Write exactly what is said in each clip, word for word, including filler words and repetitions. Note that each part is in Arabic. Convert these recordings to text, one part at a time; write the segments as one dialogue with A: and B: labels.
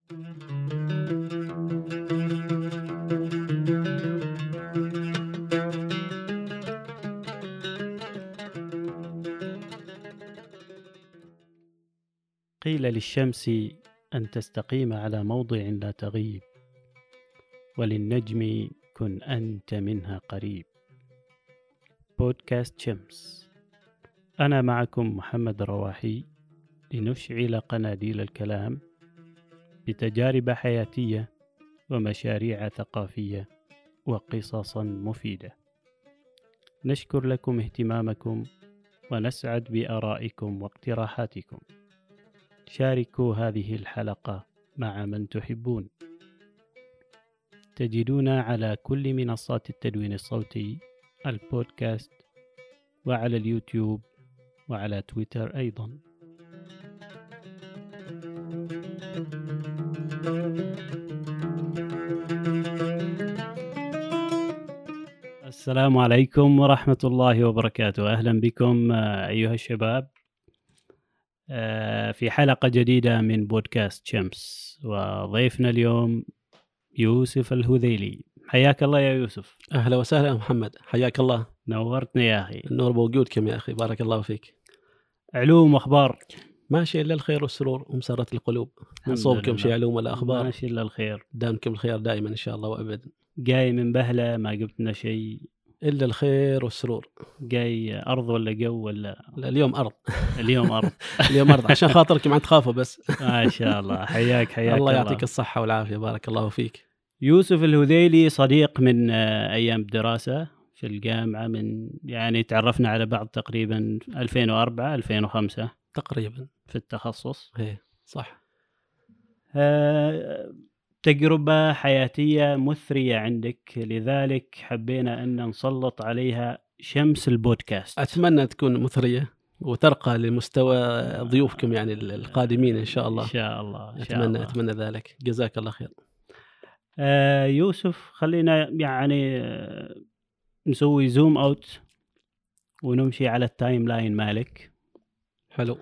A: قيل للشمس أن تستقيم على موضع لا تغيب، وللنجم كن أنت منها قريب. بودكاست شمس، أنا معكم محمد رواحي، لنشعل قناديل الكلام بتجارب حياتية ومشاريع ثقافية وقصصا مفيدة. نشكر لكم اهتمامكم ونسعد بآرائكم واقتراحاتكم. شاركوا هذه الحلقة مع من تحبون. تجدونا على كل منصات التدوين الصوتي، البودكاست، وعلى اليوتيوب وعلى تويتر أيضا. السلام عليكم ورحمة الله وبركاته. أهلا بكم أيها الشباب في حلقة جديدة من بودكاست شمس، وضيفنا اليوم يوسف الهذيلي. حياك الله يا يوسف.
B: أهلا وسهلا محمد، حياك الله.
A: نورتني يا أخي.
B: النور بوجودكم يا أخي، بارك الله فيك.
A: علوم أخبار؟
B: ماشي إلا الخير والسرور ومسرة القلوب. نصوبكم شيء علوم ولا أخبار؟
A: ماشي إلا الخير.
B: دامكم الخير دائما إن شاء الله وأبدا.
A: جاي من بهلة ما جبت لنا شيء
B: إلا الخير والسرور.
A: جاي أرض ولا جو ولا؟
B: لا اليوم أرض.
A: اليوم أرض.
B: اليوم أرض عشان خاطركم عن تخافوا بس.
A: ما شاء الله. حياك حياك
B: الله
A: الله
B: يعطيك الصحة والعافية، بارك الله فيك.
A: يوسف الهذيلي صديق من أيام الدراسة في الجامعة، من يعني تعرفنا على بعض تقريبا ألفين وأربعة ألفين وخمسة
B: تقريبا
A: في التخصص.
B: إيه صح.
A: أه تجربة حياتية مثرية عندك، لذلك حبينا أن نسلط عليها شمس البودكاست.
B: أتمنى تكون مثرية وترقى لمستوى ضيوفكم يعني القادمين إن شاء الله.
A: إن شاء الله. إن شاء
B: أتمنى
A: الله.
B: أتمنى ذلك. جزاك الله خير.
A: آه يوسف، خلينا يعني آه نسوي زوم أوت ونمشي على التايم لاين مالك.
B: حلو.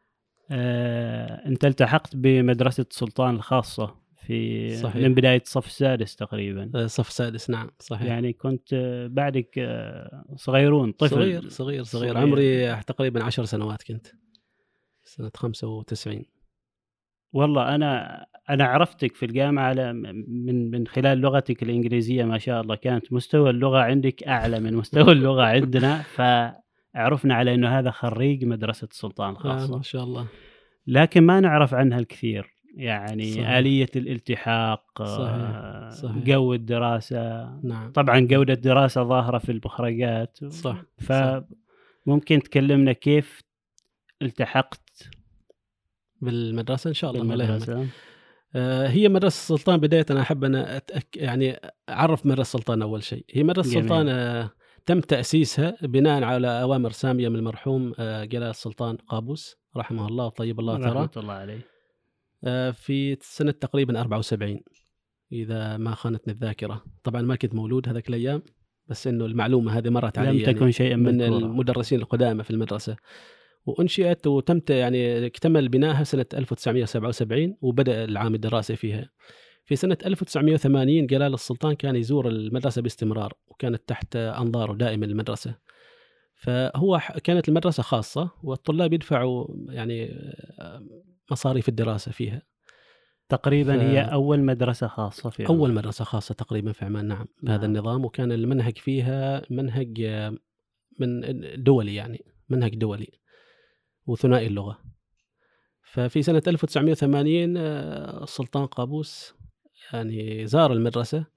A: آه أنت التحقت بمدرسة سلطان الخاصة في
B: صحيح.
A: من بداية الصف السادس تقريبا.
B: صف سادس نعم صحيح.
A: يعني كنت بعدك صغيرون، طفل
B: صغير صغير صغير, صغير. عمري تقريبا عشر سنوات كنت سنة خمسة وتسعين.
A: والله أنا أنا عرفتك في الجامعة من من خلال لغتك الإنجليزية، ما شاء الله كانت مستوى اللغة عندك أعلى من مستوى اللغة عندنا، فعرفنا على إنه هذا خريج مدرسة سلطان الخاصة.
B: آه ما شاء الله.
A: لكن ما نعرف عنها الكثير، يعني
B: صحيح.
A: آلية الالتحاق.
B: صحيح. صحيح.
A: جو الدراسة.
B: نعم.
A: طبعا جودة الدراسة ظاهرة في المخرجات.
B: صح.
A: فممكن تكلمنا كيف التحقت
B: بالمدرسة إن شاء الله.
A: بالمدرسة.
B: آه هي مدرسة السلطان بداية أنا أحب أنا أتأك يعني أعرف مدرسة السلطان أول شيء. هي مدرسة السلطان آه تم تأسيسها بناء على أوامر سامية من المرحوم آه جلال السلطان قابوس رحمه الله وطيب الله ثراه.
A: رحمة الله عليه.
B: آه في سنة تقريبا أربعة وسبعين إذا ما خانتني الذاكرة. طبعا ما كنت مولود هذاك الأيام، بس إنه المعلومة هذه مرت علي
A: لم تكن
B: يعني
A: شيئا
B: من
A: مذكورا.
B: المدرسين القدامى في المدرسة، وأنشئت وتمت يعني اكتمل بناءها سنة ألف وتسعمائة وسبعة وسبعين، وبدأ العام الدراسي فيها. في سنة ألف وتسعمائة وثمانين جلال السلطان كان يزور المدرسة باستمرار، وكانت تحت أنظاره دائما المدرسة. فهو كانت المدرسة خاصة والطلاب يدفعوا يعني مصاريف الدراسة فيها.
A: تقريبا
B: ف...
A: هي أول مدرسة خاصة في
B: أول مدرسة خاصة تقريبا في عمان. نعم بهذا
A: نعم.
B: النظام، وكان المنهج فيها منهج من دولي، يعني منهج دولي وثنائي اللغة. ففي سنة ألف وتسعمائة وثمانين السلطان قابوس يعني زار المدرسة،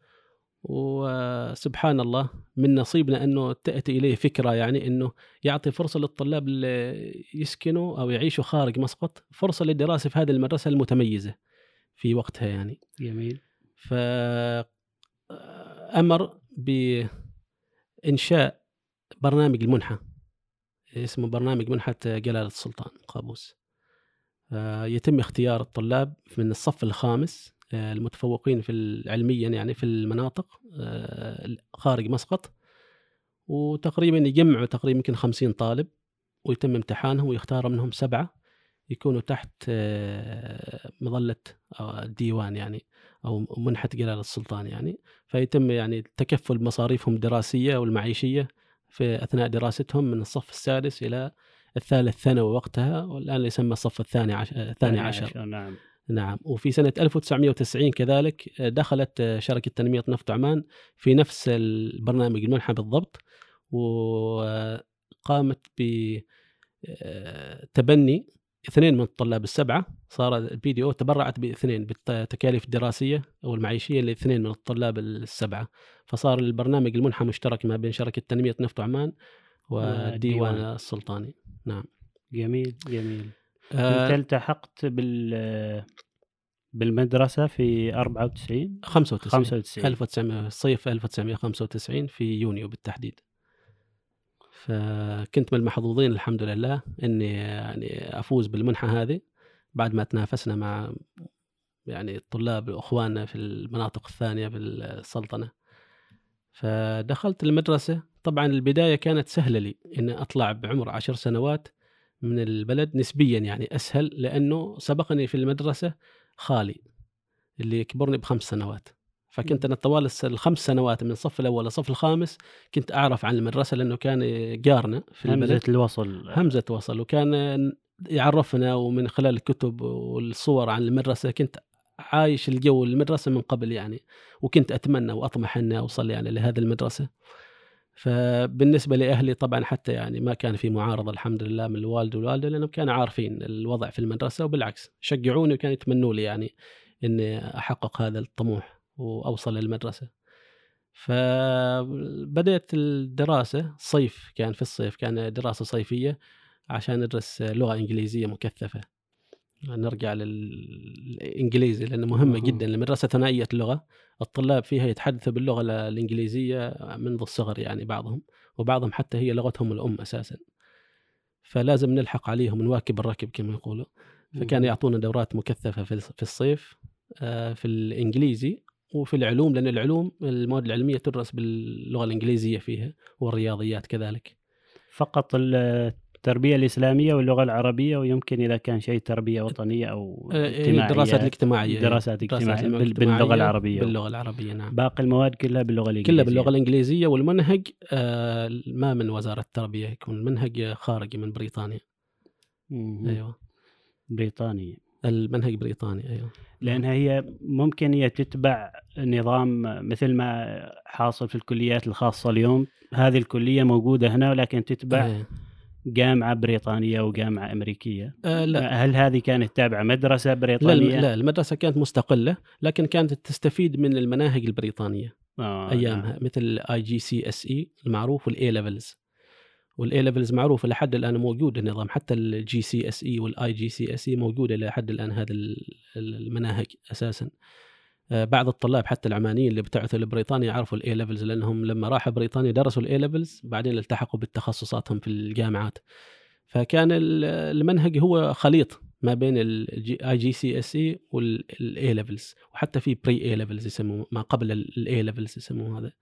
B: وسبحان الله من نصيبنا أنه تأتي إليه فكرة يعني أنه يعطي فرصة للطلاب اللي يسكنوا أو يعيشوا خارج مسقط فرصة للدراسة في هذه المدرسة المتميزة في وقتها يعني.
A: جميل.
B: فأمر بإنشاء برنامج المنحة، اسمه برنامج منحة جلالة السلطان قابوس. يتم اختيار الطلاب من الصف الخامس المتفوقين في علميا يعني في المناطق خارج مسقط، وتقريبا يجمعوا تقريبا يمكن خمسين طالب، ويتم امتحانهم ويختار منهم سبعة يكونوا تحت آه، مظلة آه، الديوان يعني أو منحة جلالة السلطان يعني، فيتم يعني تكفل مصاريفهم الدراسية والمعيشية في أثناء دراستهم من الصف السادس إلى الثالث ثانوي وقتها، والآن يسمى الصف الثاني عشر, الثاني عشر.
A: نعم.
B: نعم. وفي سنة ألف وتسعمائة وتسعين كذلك دخلت شركة تنمية نفط عمان في نفس البرنامج المنحة بالضبط، وقامت بتبني اثنين من الطلاب السبعة. صار البي دي او تبرعت باثنين بالتكاليف الدراسية أو المعيشية لاثنين من الطلاب السبعة، فصار البرنامج المنحة مشترك ما بين شركة تنمية نفط عمان والديوان السلطاني. نعم.
A: جميل جميل.
B: آه
A: أنت التحقت بال بالمدرسة في أربعة وتسعين
B: خمسة وتسعين
A: خمسة وتسعين
B: ألف وتسعمائة صيف ألف وتسعمائة وخمسة وتسعين في يونيو بالتحديد. فكنت من المحظوظين الحمد لله إني يعني أفوز بالمنحة هذه بعد ما تنافسنا مع يعني الطلاب وأخواننا في المناطق الثانية بالسلطنة. فدخلت المدرسة. طبعا البداية كانت سهلة لي إن أطلع بعمر عشر سنوات من البلد، نسبيا يعني أسهل، لأنه سبقني في المدرسة خالي اللي كبرني بخمس سنوات. فكنت أنا طوال الخمس سنوات من الصف الأول للصف الخامس كنت أعرف عن المدرسة، لأنه كان جارنا في البلد
A: همزة الوصل
B: همزة وصل، وكان يعرفنا ومن خلال الكتب والصور عن المدرسة كنت عايش الجو المدرسة من قبل يعني، وكنت أتمنى وأطمح أن أوصل يعني لهذه المدرسة. فبالنسبة لأهلي طبعا حتى يعني ما كان في معارضة الحمد لله من الوالد والوالدة، لأنهم كانوا عارفين الوضع في المدرسة، وبالعكس شجعوني وكانوا يتمنوا لي يعني أني أحقق هذا الطموح وأوصل للمدرسة. فبدأت الدراسة صيف، كان في الصيف كان دراسة صيفية عشان ندرس لغة إنجليزية مكثفة. نرجع للإنجليزي لأنه مهمة جدا، المدرسة ثنائية اللغة، الطلاب فيها يتحدثوا باللغة الإنجليزية منذ الصغر يعني بعضهم، وبعضهم حتى هي لغتهم الأم أساسا، فلازم نلحق عليهم نواكب الركب كما يقولوا. فكان يعطونا دورات مكثفة في الصيف في الإنجليزي وفي العلوم، لأن العلوم المواد العلمية تدرس باللغة الإنجليزية فيها، والرياضيات كذلك.
A: فقط التربية الإسلامية واللغة العربية، ويمكن إذا كان شيء تربية وطنية أو اجتماعية،
B: دراسات الاجتماعية
A: دراسات اجتماعية باللغة العربية.
B: باللغة العربية نعم.
A: باقي المواد كلها باللغة الإنجليزية.
B: كلها باللغة الإنجليزية، والمنهج آه ما من وزارة التربية، يكون المنهج خارجي من بريطانيا.
A: مم.
B: أيوة
A: بريطانيا.
B: المنهج بريطاني أيوة.
A: لأنها هي ممكن هي تتبع نظام مثل ما حاصل في الكليات الخاصة اليوم، هذه الكلية موجودة هنا ولكن تتبع أيه. جامعة بريطانية وجامعة أمريكية.
B: أه لا.
A: هل هذه كانت تابعة مدرسة بريطانية؟
B: لا, لا المدرسة كانت مستقلة، لكن كانت تستفيد من المناهج البريطانية آه أيامها. نعم. مثل آي جي سي إس إي المعروف والإي ليفلز، والإي ليفلز معروف لحد الآن موجود النظام، حتى الجي سي إس إي والآي جي سي إس إي موجودة لحد الآن هذا المناهج أساسا. بعض الطلاب حتى العمانيين اللي ابتعثوا لبريطانيا يعرفوا الإي ليفلز، لأنهم لما راحوا بريطانيا درسوا الإي ليفلز بعدين التحقوا بالتخصصاتهم في الجامعات. فكان المنهج هو خليط ما بين الآي جي سي إس إي والإي ليفلز، وحتى في بري إي ليفلز يسموه، ما قبل الإي ليفلز يسموه هذا.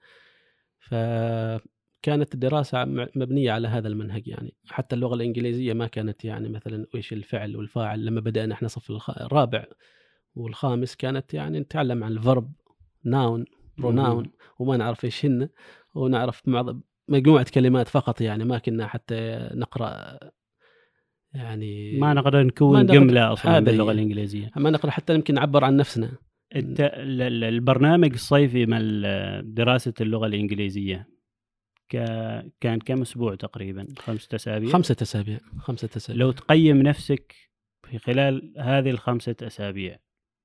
B: فكانت الدراسة مبنية على هذا المنهج يعني. حتى اللغة الإنجليزية ما كانت يعني مثلا إيش الفعل والفاعل، لما بدأنا إحنا صف الرابع والخامس كانت يعني نتعلم عن الفرب، ناون، بروناون، وما نعرف إيش هن، ونعرف مجموعة كلمات فقط يعني، ما كنا حتى نقرأ يعني،
A: ما نقدر نكون جملة أصلا باللغة الإنجليزية،
B: ما نقدر حتى يمكن نعبر عن نفسنا.
A: البرنامج الصيفي من دراسة اللغة الإنجليزية كان كم أسبوع تقريبا؟ خمسة أسابيع.
B: خمسة أسابيع خمسة أسابيع.
A: لو تقيم نفسك في خلال هذه الخمسة أسابيع،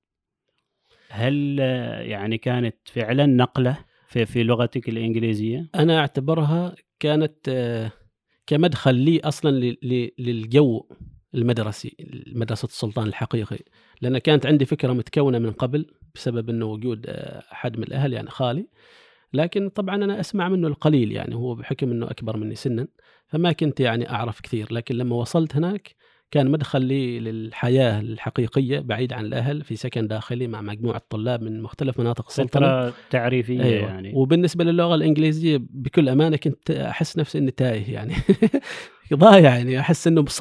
A: هل يعني كانت فعلا نقلة في في لغتك الإنجليزية؟
B: أنا أعتبرها كانت كمدخل لي أصلا للجو المدرسي، مدرسة السلطان الحقيقي، لأن كانت عندي فكرة متكونة من قبل بسبب أنه وجود أحد من الأهل يعني خالي، لكن طبعا أنا أسمع منه القليل يعني، هو بحكم أنه أكبر مني سنا، فما كنت يعني أعرف كثير. لكن لما وصلت هناك كان مدخل لي للحياة الحقيقية بعيد عن الأهل، في سكن داخلي مع مجموعة طلاب من مختلف مناطق السلطنة.
A: فترة تعريفية. أيوة. يعني.
B: وبالنسبة للغة الإنجليزية بكل أمانة كنت أحس نفسي أني تايه يعني ضايع يعني، أحس أنه صعب،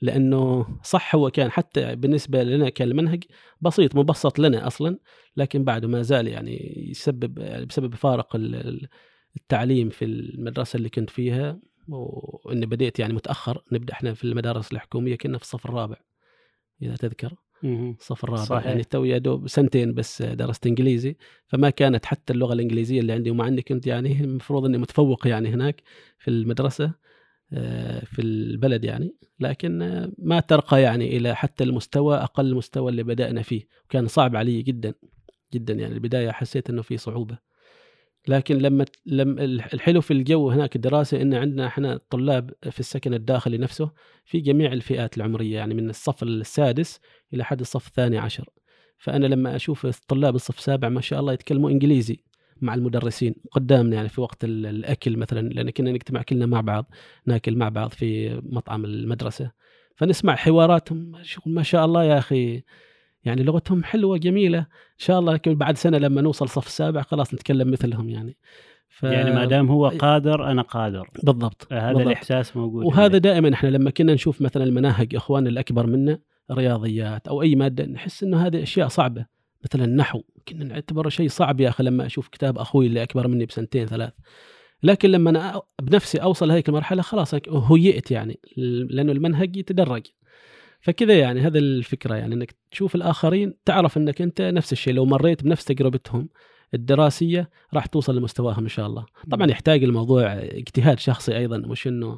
B: لأنه صح هو كان حتى بالنسبة لنا كان المنهج بسيط مبسط لنا أصلا، لكن بعده ما زال يعني يسبب يعني بسبب فارق التعليم في المدرسة اللي كنت فيها، وإني بديت يعني متأخر. نبدأ إحنا في المدارس الحكومية كنا في الصف الرابع إذا تذكر، الصف الرابع
A: صحيح.
B: يعني تو يا دوب سنتين بس درست إنجليزي، فما كانت حتى اللغة الإنجليزية اللي عندي، ومع إني كنت يعني المفروض إني متفوق يعني هناك في المدرسة في البلد يعني، لكن ما ترقى يعني إلى حتى المستوى أقل المستوى اللي بدأنا فيه، وكان صعب علي جدا جدا يعني البداية حسيت إنه في صعوبة. لكن لما لما الحلو في الجو هناك الدراسة إن عندنا إحنا الطلاب في السكن الداخلي نفسه في جميع الفئات العمرية، يعني من الصف السادس إلى حد الصف الثاني عشر. فأنا لما أشوف الطلاب الصف السابع ما شاء الله يتكلموا إنجليزي مع المدرسين قدامنا، يعني في وقت الأكل مثلا، لأن كنا نجتمع كلنا مع بعض ناكل مع بعض في مطعم المدرسة، فنسمع حواراتهم ما شاء الله يا أخي، يعني لغتهم حلوة جميلة إن شاء الله. لكن بعد سنة لما نوصل صف السابع خلاص نتكلم مثلهم يعني.
A: ف... يعني ما دام هو قادر أنا قادر.
B: بالضبط.
A: هذا
B: بالضبط.
A: الإحساس موجود.
B: وهذا عندك. دائما إحنا لما كنا نشوف مثلا المناهج إخواننا الأكبر منا رياضيات أو أي مادة نحس إنه هذه أشياء صعبة، مثلا النحو كنا نعتبره شيء صعب يا أخي لما أشوف كتاب أخوي اللي أكبر مني بسنتين ثلاث. لكن لما أنا بنفسي أوصل هيك المرحلة خلاص هيئت يعني، لأنه المنهج يتدرج. فكذا يعني هذا الفكرة، يعني أنك تشوف الآخرين تعرف أنك أنت نفس الشيء لو مريت بنفس تجربتهم الدراسية راح توصل لمستواهم إن شاء الله. طبعا يحتاج الموضوع اجتهاد شخصي أيضا، مش أنه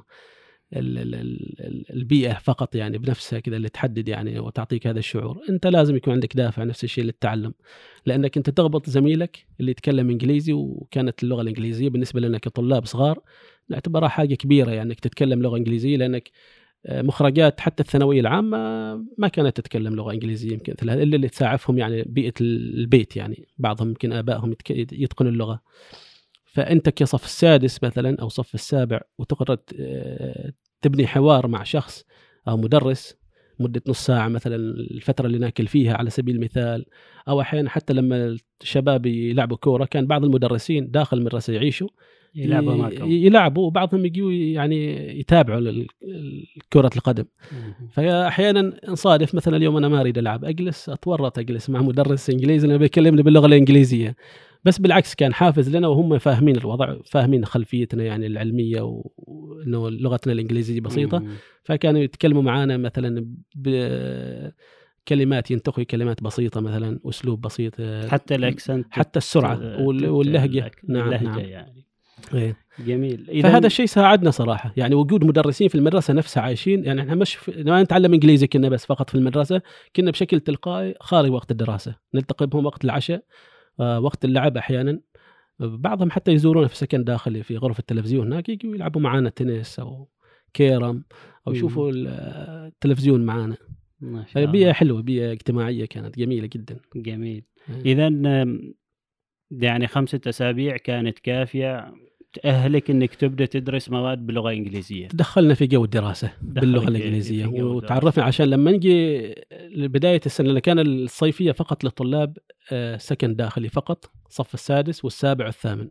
B: البيئة فقط يعني بنفسها كذا اللي تحدد يعني وتعطيك هذا الشعور. أنت لازم يكون عندك دافع نفس الشيء للتعلم، لأنك أنت تغبط زميلك اللي يتكلم إنجليزي، وكانت اللغة الإنجليزية بالنسبة لنا كطلاب صغار نعتبرها حاجة كبيرة يعني أنك تتكلم لغة إنجليزية، لأنك مخرجات حتى الثانوية العامة ما كانت تتكلم لغة إنجليزية يمكن إلا اللي تساعفهم يعني بيئة البيت، يعني بعضهم يمكن آبائهم يتقنوا اللغة. فأنت كصف السادس مثلا أو صف السابع وتقرر تبني حوار مع شخص أو مدرس مدة نص ساعة مثلا الفترة اللي ناكل فيها على سبيل المثال، أو أحيانا حتى لما الشباب يلعبوا كورة كان بعض المدرسين داخل المدرسة يعيشوا
A: يلعبوا معكم
B: يلعبوا وبعضهم يجوا يعني يتابعوا كرة القدم. فأحيانا نصادف مثلا اليوم أنا ما أريد ألعب أجلس أتورط أجلس مع مدرس إنجليزي اللي بيكلمني باللغة الإنجليزية، بس بالعكس كان حافز لنا وهم فاهمين الوضع، فاهمين خلفيتنا يعني العلمية وإنه لغتنا الإنجليزية بسيطة. مم. فكانوا يتكلموا معانا مثلا بكلمات ينتقوا كلمات بسيطة مثلا أسلوب بسيط،
A: حتى الأكسنت
B: حتى السرعة واللهجة.
A: نعم
B: اللهجة
A: نعم يعني.
B: إيه.
A: جميل.
B: إذن فهذا الشيء ساعدنا صراحة، يعني وجود مدرسين في المدرسة نفسها عايشين، يعني احنا مش ما نتعلم إنجليزي كنا بس فقط في المدرسة، كنا بشكل تلقائي خارج وقت الدراسة نلتقي بهم وقت العشاء، آه وقت اللعب أحيانا، بعضهم حتى يزورونا في سكن داخلي في غرفة التلفزيون هناك يجوا يلعبوا معنا تنس أو كيرم أو يشوفوا التلفزيون معنا. بيئة حلوة، بيئة اجتماعية كانت جميلة جدا.
A: جميل. إذن يعني خمسة أسابيع كانت كافية تأهلك إنك تبدأ تدرس مواد باللغة الإنجليزية.
B: دخلنا في جو الدراسة باللغة الإنجليزية وتعرفنا، عشان لما نجي لبداية السنة اللي كان الصيفية فقط للطلاب سكن داخلي فقط، صف السادس والسابع والثامن،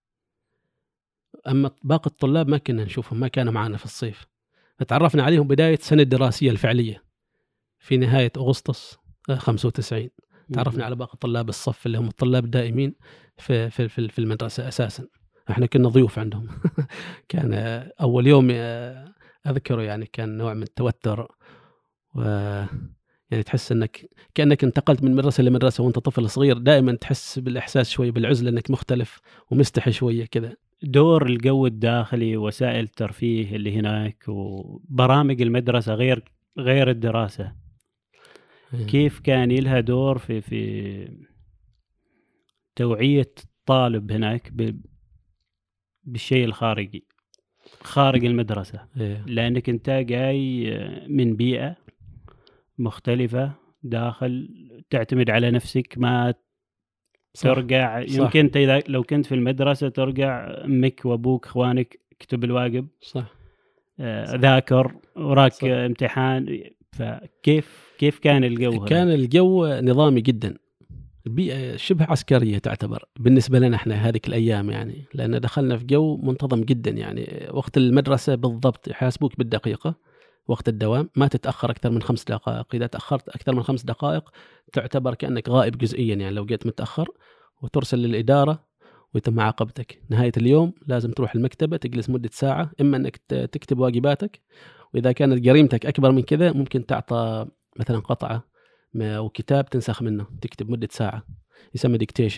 B: أما باقي الطلاب ما كنا نشوفهم، ما كانوا معنا في الصيف. فتعرفنا عليهم بداية السنة الدراسية الفعلية في نهاية أغسطس خمسة وتسعين. تعرفنا على باقي طلاب الصف اللي هم الطلاب الدائمين في في في المدرسة أساسا. احنا كنا ضيوف عندهم. كان اول يوم اذكره يعني كان نوع من التوتر، و يعني تحس انك كانك انتقلت من مدرسه لمدرسه وانت طفل صغير، دائما تحس بالاحساس شوي بالعزله انك مختلف ومستحي شويه كذا.
A: دور الجو الداخلي وسائل الترفيه اللي هناك وبرامج المدرسه غير غير الدراسه، كيف كان لها دور في في توعيه الطالب هناك ب بالشيء الخارجي خارج المدرسة؟ لأنك أنت جاي من بيئة مختلفة داخل تعتمد على نفسك، ما ترجع صح. يمكن أنت إذا لو كنت في المدرسة ترجع أمك وأبوك إخوانك اكتب الواجب
B: صح.
A: آه ذاكر وراك صح. امتحان. فكيف كيف كان الجو؟
B: كان الجو نظامي جدا، البيئة شبه عسكرية تعتبر بالنسبة لنا احنا هذه الأيام، يعني لأن دخلنا في جو منتظم جدا. يعني وقت المدرسة بالضبط يحاسبوك بالدقيقة، وقت الدوام، ما تتأخر أكثر من خمس دقائق. إذا تأخرت أكثر من خمس دقائق تعتبر كأنك غائب جزئيا، يعني لو جيت متأخر، وترسل للإدارة ويتم معاقبتك. نهاية اليوم لازم تروح المكتبة تجلس مدة ساعة، إما أنك تكتب واجباتك، وإذا كانت جريمتك أكبر من كذا ممكن تعطى مثلا قطعة أو كتاب تنسخ منه، تكتب مدة ساعة، يسمى ديكتيشن.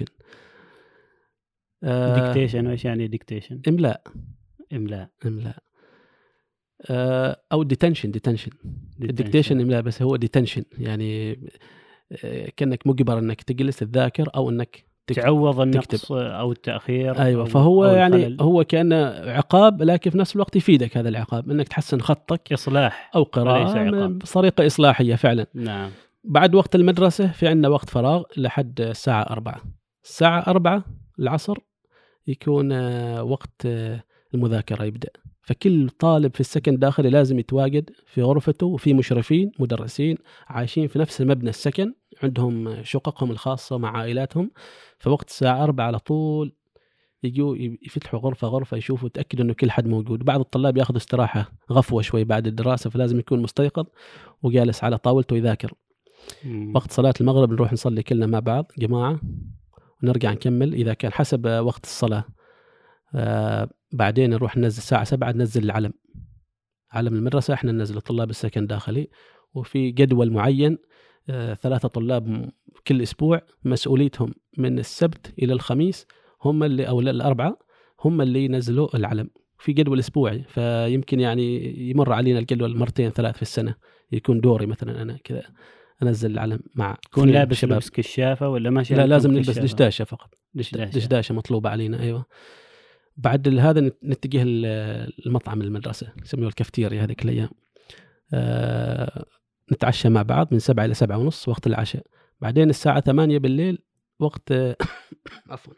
A: آه ديكتيشن وإيش يعني ديكتيشن؟
B: إملاء.
A: إملاء
B: إملاء آه أو ديتنشن. ديتنشن الديكتيشن إملاء، بس هو ديتنشن يعني آه كأنك مجبر أنك تجلس تذاكر أو أنك
A: تعوض النقص أو التأخير.
B: أيوة،
A: أو
B: فهو
A: أو
B: يعني
A: الخلل.
B: هو كأنه عقاب، لكن في نفس الوقت يفيدك هذا العقاب أنك تحسن خطك،
A: إصلاح
B: أو قراءة بطريقة إصلاحية فعلا.
A: نعم.
B: بعد وقت المدرسة في عندنا وقت فراغ لحد الساعة أربعة. الساعة أربعة العصر يكون وقت المذاكرة يبدأ، فكل طالب في السكن الداخلي لازم يتواجد في غرفته، وفي مشرفين مدرسين عايشين في نفس مبنى السكن، عندهم شققهم الخاصة مع عائلاتهم. فوقت الساعة أربعة على طول يجوا يفتحوا غرفة غرفة، يشوفوا يتأكدوا إنه كل حد موجود. بعض الطلاب يأخذوا استراحة غفوة شوي بعد الدراسة، فلازم يكون مستيقظ وجالس على طاولته يذاكر.
A: مم.
B: وقت صلاة المغرب نروح نصلي كلنا مع بعض جماعة، ونرجع نكمل إذا كان حسب وقت الصلاة. آه بعدين نروح ننزل الساعة سبعة، ننزل العلم، علم المدرسة احنا ننزل طلاب السكن الداخلي، وفي جدول معين. آه ثلاثة طلاب كل أسبوع مسؤوليتهم من السبت إلى الخميس هم اللي، أو الأربعة هم اللي ينزلوا العلم في جدول أسبوعي. فيمكن يعني يمر علينا الجدول مرتين ثلاث في السنة، يكون دوري مثلا أنا كذا أنزل العلم مع
A: كون لابس لبس كشافة ولا ما
B: لا، لازم نلبس دشداشة فقط. دشداشة. دشداشة مطلوبة علينا. أيوة. بعد هذا نتجه المطعم المدرسة يسميه الكافتيريا هذيك الأيام. أه نتعشى مع بعض من سبعة إلى سبعة ونص وقت العشاء. بعدين الساعة ثمانية بالليل وقت عفوا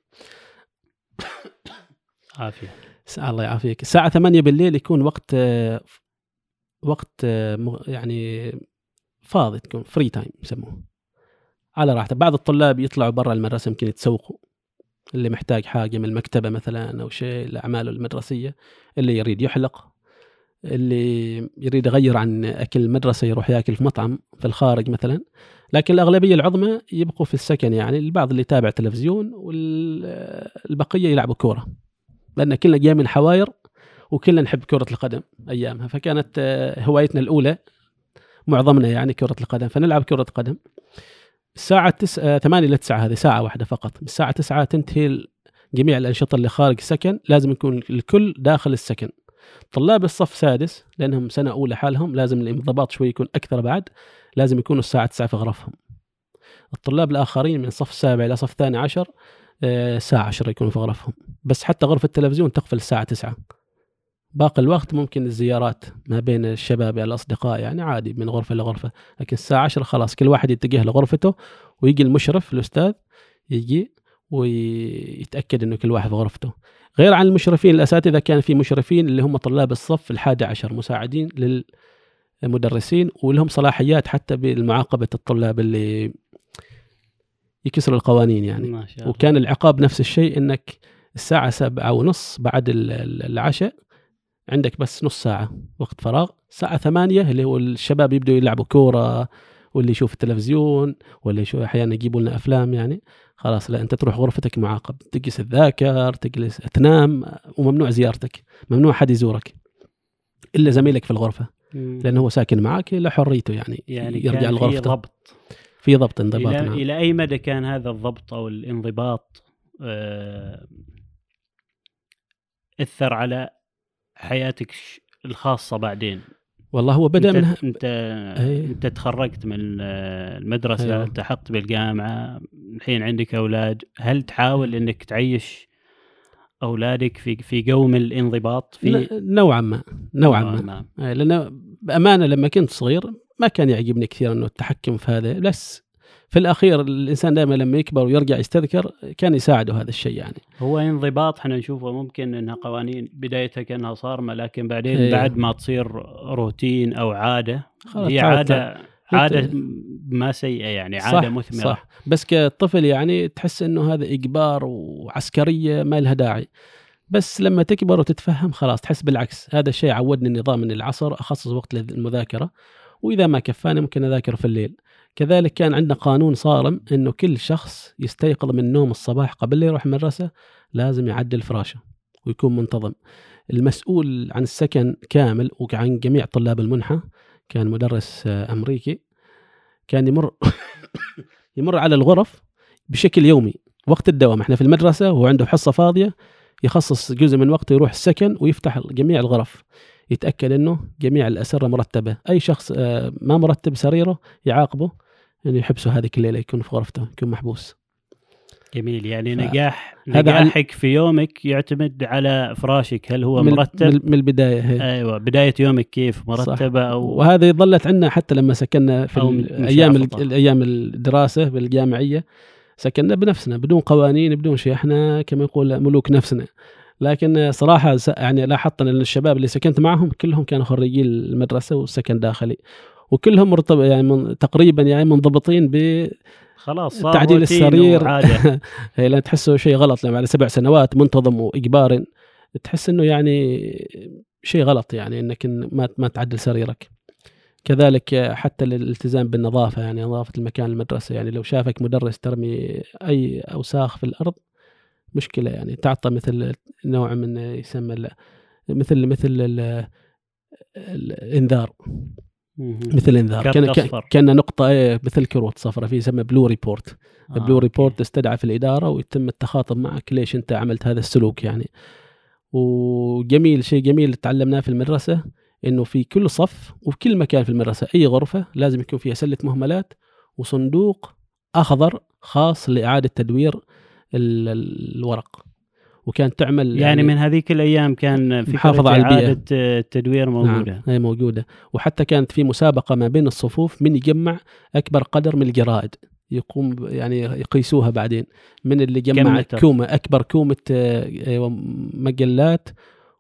A: عافية
B: الله يعافيك. الساعة ثمانية بالليل يكون وقت وقت يعني فاضي، تكون فري تايم يسموه، على راحته. بعض الطلاب يطلعوا برا المدرسة يمكن يتسوقوا، اللي محتاج حاجة من المكتبة مثلا أو شيء لأعماله المدرسية، اللي يريد يحلق، اللي يريد يغير عن أكل المدرسة يروح يأكل في مطعم في الخارج مثلا. لكن الأغلبية العظمى يبقوا في السكن، يعني البعض اللي يتابع تلفزيون، والبقية يلعبوا كورة، لأن كلنا جاي من حواير وكلنا نحب كرة القدم أيامها. فكانت هوايتنا الأولى معظمنا يعني كرة القدم، فنلعب كرة قدم. الساعة تسعة ثمانية إلى تسعة هذه ساعة واحدة فقط. الساعة تسعة تنتهي جميع الأنشطة اللي خارج السكن، لازم يكون الكل داخل السكن. طلاب الصف سادس لأنهم سنة أولى حالهم لازم الانضباط شوي يكون أكثر، بعد لازم يكونوا الساعة تسعة في غرفهم. الطلاب الآخرين من صف سابع إلى صف ثاني عشر الساعة عشرة يكونوا في غرفهم. بس حتى غرفة التلفزيون تقفل الساعة تسعة. باقي الوقت ممكن الزيارات ما بين الشباب يعني الأصدقاء، يعني عادي من غرفة لغرفة. لكن الساعة عشرة خلاص كل واحد يتجه لغرفته، ويجي المشرف الأستاذ يجي ويتأكد إنه كل واحد في غرفته. غير عن المشرفين الأساتذة كان في مشرفين اللي هم طلاب الصف الحادي عشر، مساعدين للمدرسين، ولهم صلاحيات حتى بالمعاقبة الطلاب اللي يكسروا القوانين يعني. ما شاء الله. وكان العقاب نفس الشيء، إنك الساعة سبعة ونص بعد العشاء عندك بس نص ساعة وقت فراغ. الساعة ثمانية اللي هو الشباب يبدأوا يلعبوا كورة، واللي يشوف التلفزيون، واللي يشوف أحيانا يجيبوا لنا أفلام يعني. خلاص لا، أنت تروح غرفتك معاقب، تجلس تذاكر، تجلس تنام، وممنوع زيارتك، ممنوع حد يزورك إلا زميلك في الغرفة، لأنه هو ساكن معك له حريته يعني, يعني يرجع لغرفته.
A: في ضبط
B: في ضبط انضباط.
A: إلى,
B: نعم.
A: إلى أي مدى كان هذا الضبط أو الانضباط آه أثر على حياتك الخاصة بعدين؟
B: والله هو بدأ
A: انت
B: منها
A: انت, أيه. انت تخرجت من المدرسة، أيوه. التحقت بالجامعة، الحين عندك أولاد، هل تحاول انك تعيش أولادك في في قوم الانضباط؟ في
B: نوعا ما نوعا ما, ما. لأن بأمانة لما كنت صغير ما كان يعجبني كثير انه التحكم في هذا، بس في الأخير الإنسان دائما لما يكبر ويرجع يستذكر كان يساعده هذا الشيء يعني.
A: هو انضباط احنا نشوفه ممكن انها قوانين بدايتها كانها صارمة، لكن بعدين هي. بعد ما تصير روتين أو عادة، هي عادة عادة ما سيئة يعني، عادة
B: صح
A: مثمرة.
B: صح. بس كطفل يعني تحس انه هذا إجبار وعسكرية ما لها داعي. بس لما تكبر وتتفهم خلاص تحس بالعكس، هذا الشيء عودني النظام من العصر أخصص وقت للمذاكرة، وإذا ما كفاني ممكن أذاكر في الليل. كذلك كان عندنا قانون صارم إنه كل شخص يستيقظ من النوم الصباح قبل لا يروح المدرسة لازم يعدل فراشه ويكون منتظم. المسؤول عن السكن كامل وعن جميع طلاب المنحة كان مدرس أمريكي، كان يمر يمر على الغرف بشكل يومي وقت الدوام. احنا في المدرسة وهو عنده حصة فاضية يخصص جزء من وقته يروح السكن ويفتح جميع الغرف، يتأكد أنه جميع الأسرة مرتبة. أي شخص ما مرتب سريره يعاقبه، يعني يحبسه هذه الليلة، يكون في غرفته، يكون محبوس.
A: جميل. يعني ف... نجاح نجاحك في يومك يعتمد على فراشك، هل هو
B: من
A: مرتب
B: من البداية. هي.
A: أيوة، بداية يومك كيف مرتبة أو...
B: وهذا ظلت عندنا حتى لما سكننا في الأيام الأيام الدراسة بالجامعية، سكننا بنفسنا بدون قوانين بدون شيء، احنا كما يقول ملوك نفسنا. لكن صراحة يعني لاحظت أن الشباب اللي سكنت معهم كلهم كانوا خريجي المدرسة والسكن داخلي، وكلهم مرتب يعني من تقريبا يعني منضبطين ب
A: خلاص
B: تعديل السرير. هي لا تحسه شيء غلط لما على سبع سنوات منتظم وإجبار، تحس إنه يعني شيء غلط، يعني إنك ما ما تعدل سريرك. كذلك حتى الالتزام بالنظافة، يعني نظافة المكان المدرسة، يعني لو شافك مدرس ترمي أي أوساخ في الأرض مشكلة، يعني تعطى مثل نوع من يسمى مثل مثل الإنذار، مثل إنذار كان كان نقطة مثل كروت صفرة فيه يسمى بلو ريبورت. آه بلو ريبورت تستدعى في الإدارة ويتم التخاطب معك ليش أنت عملت هذا السلوك يعني. وجميل شيء جميل تعلمناه في المدرسة إنه في كل صف وفي كل مكان في المدرسة أي غرفة لازم يكون فيها سلة مهملات وصندوق أخضر خاص لإعادة تدوير الورق. وكان تعمل
A: يعني, يعني من هذيك الأيام كان في
B: محافظة على البيئة،
A: إعادة التدوير موجودة.
B: نعم هي موجودة. وحتى كانت في مسابقة ما بين الصفوف من يجمع أكبر قدر من الجرائد، يقوم يعني يقيسوها بعدين من اللي جمع كومة أكبر كومة مجلات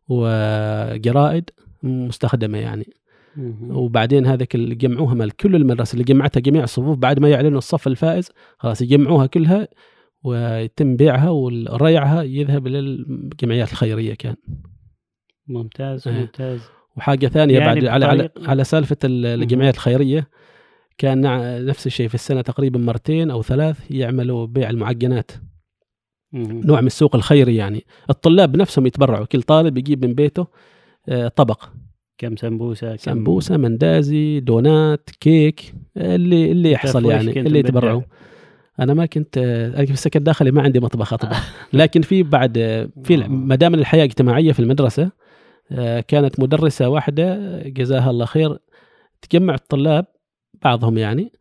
B: وجرائد مستخدمة يعني. وبعدين هذاك اللي جمعوها مال كل المدرسة اللي جمعتها جميع الصفوف بعد ما يعلنوا الصف الفائز خلاص يجمعوها كلها ويتم بيعها وريعها يذهب للجمعيات الخيرية. كان
A: ممتاز اه. ممتاز.
B: وحاجة ثانية يعني بعد على على على سالفة الجمعيات الخيرية، كان نفس الشيء في السنة تقريبا مرتين أو ثلاث يعملوا بيع المعجنات، نوع من السوق الخيري. يعني الطلاب نفسهم يتبرعوا، كل طالب يجيب من بيته طبق،
A: كم سمبوسة كم
B: سمبوسة مندازي دونات كيك اللي اللي يحصل يعني اللي يتبرعوا. أنا ما كنت أنا في السكن الداخلي ما عندي مطبخ أطبخ، لكن في بعد في مدام الحياة الاجتماعية في المدرسة كانت مدرسة واحدة جزاها الله خير تجمع الطلاب بعضهم يعني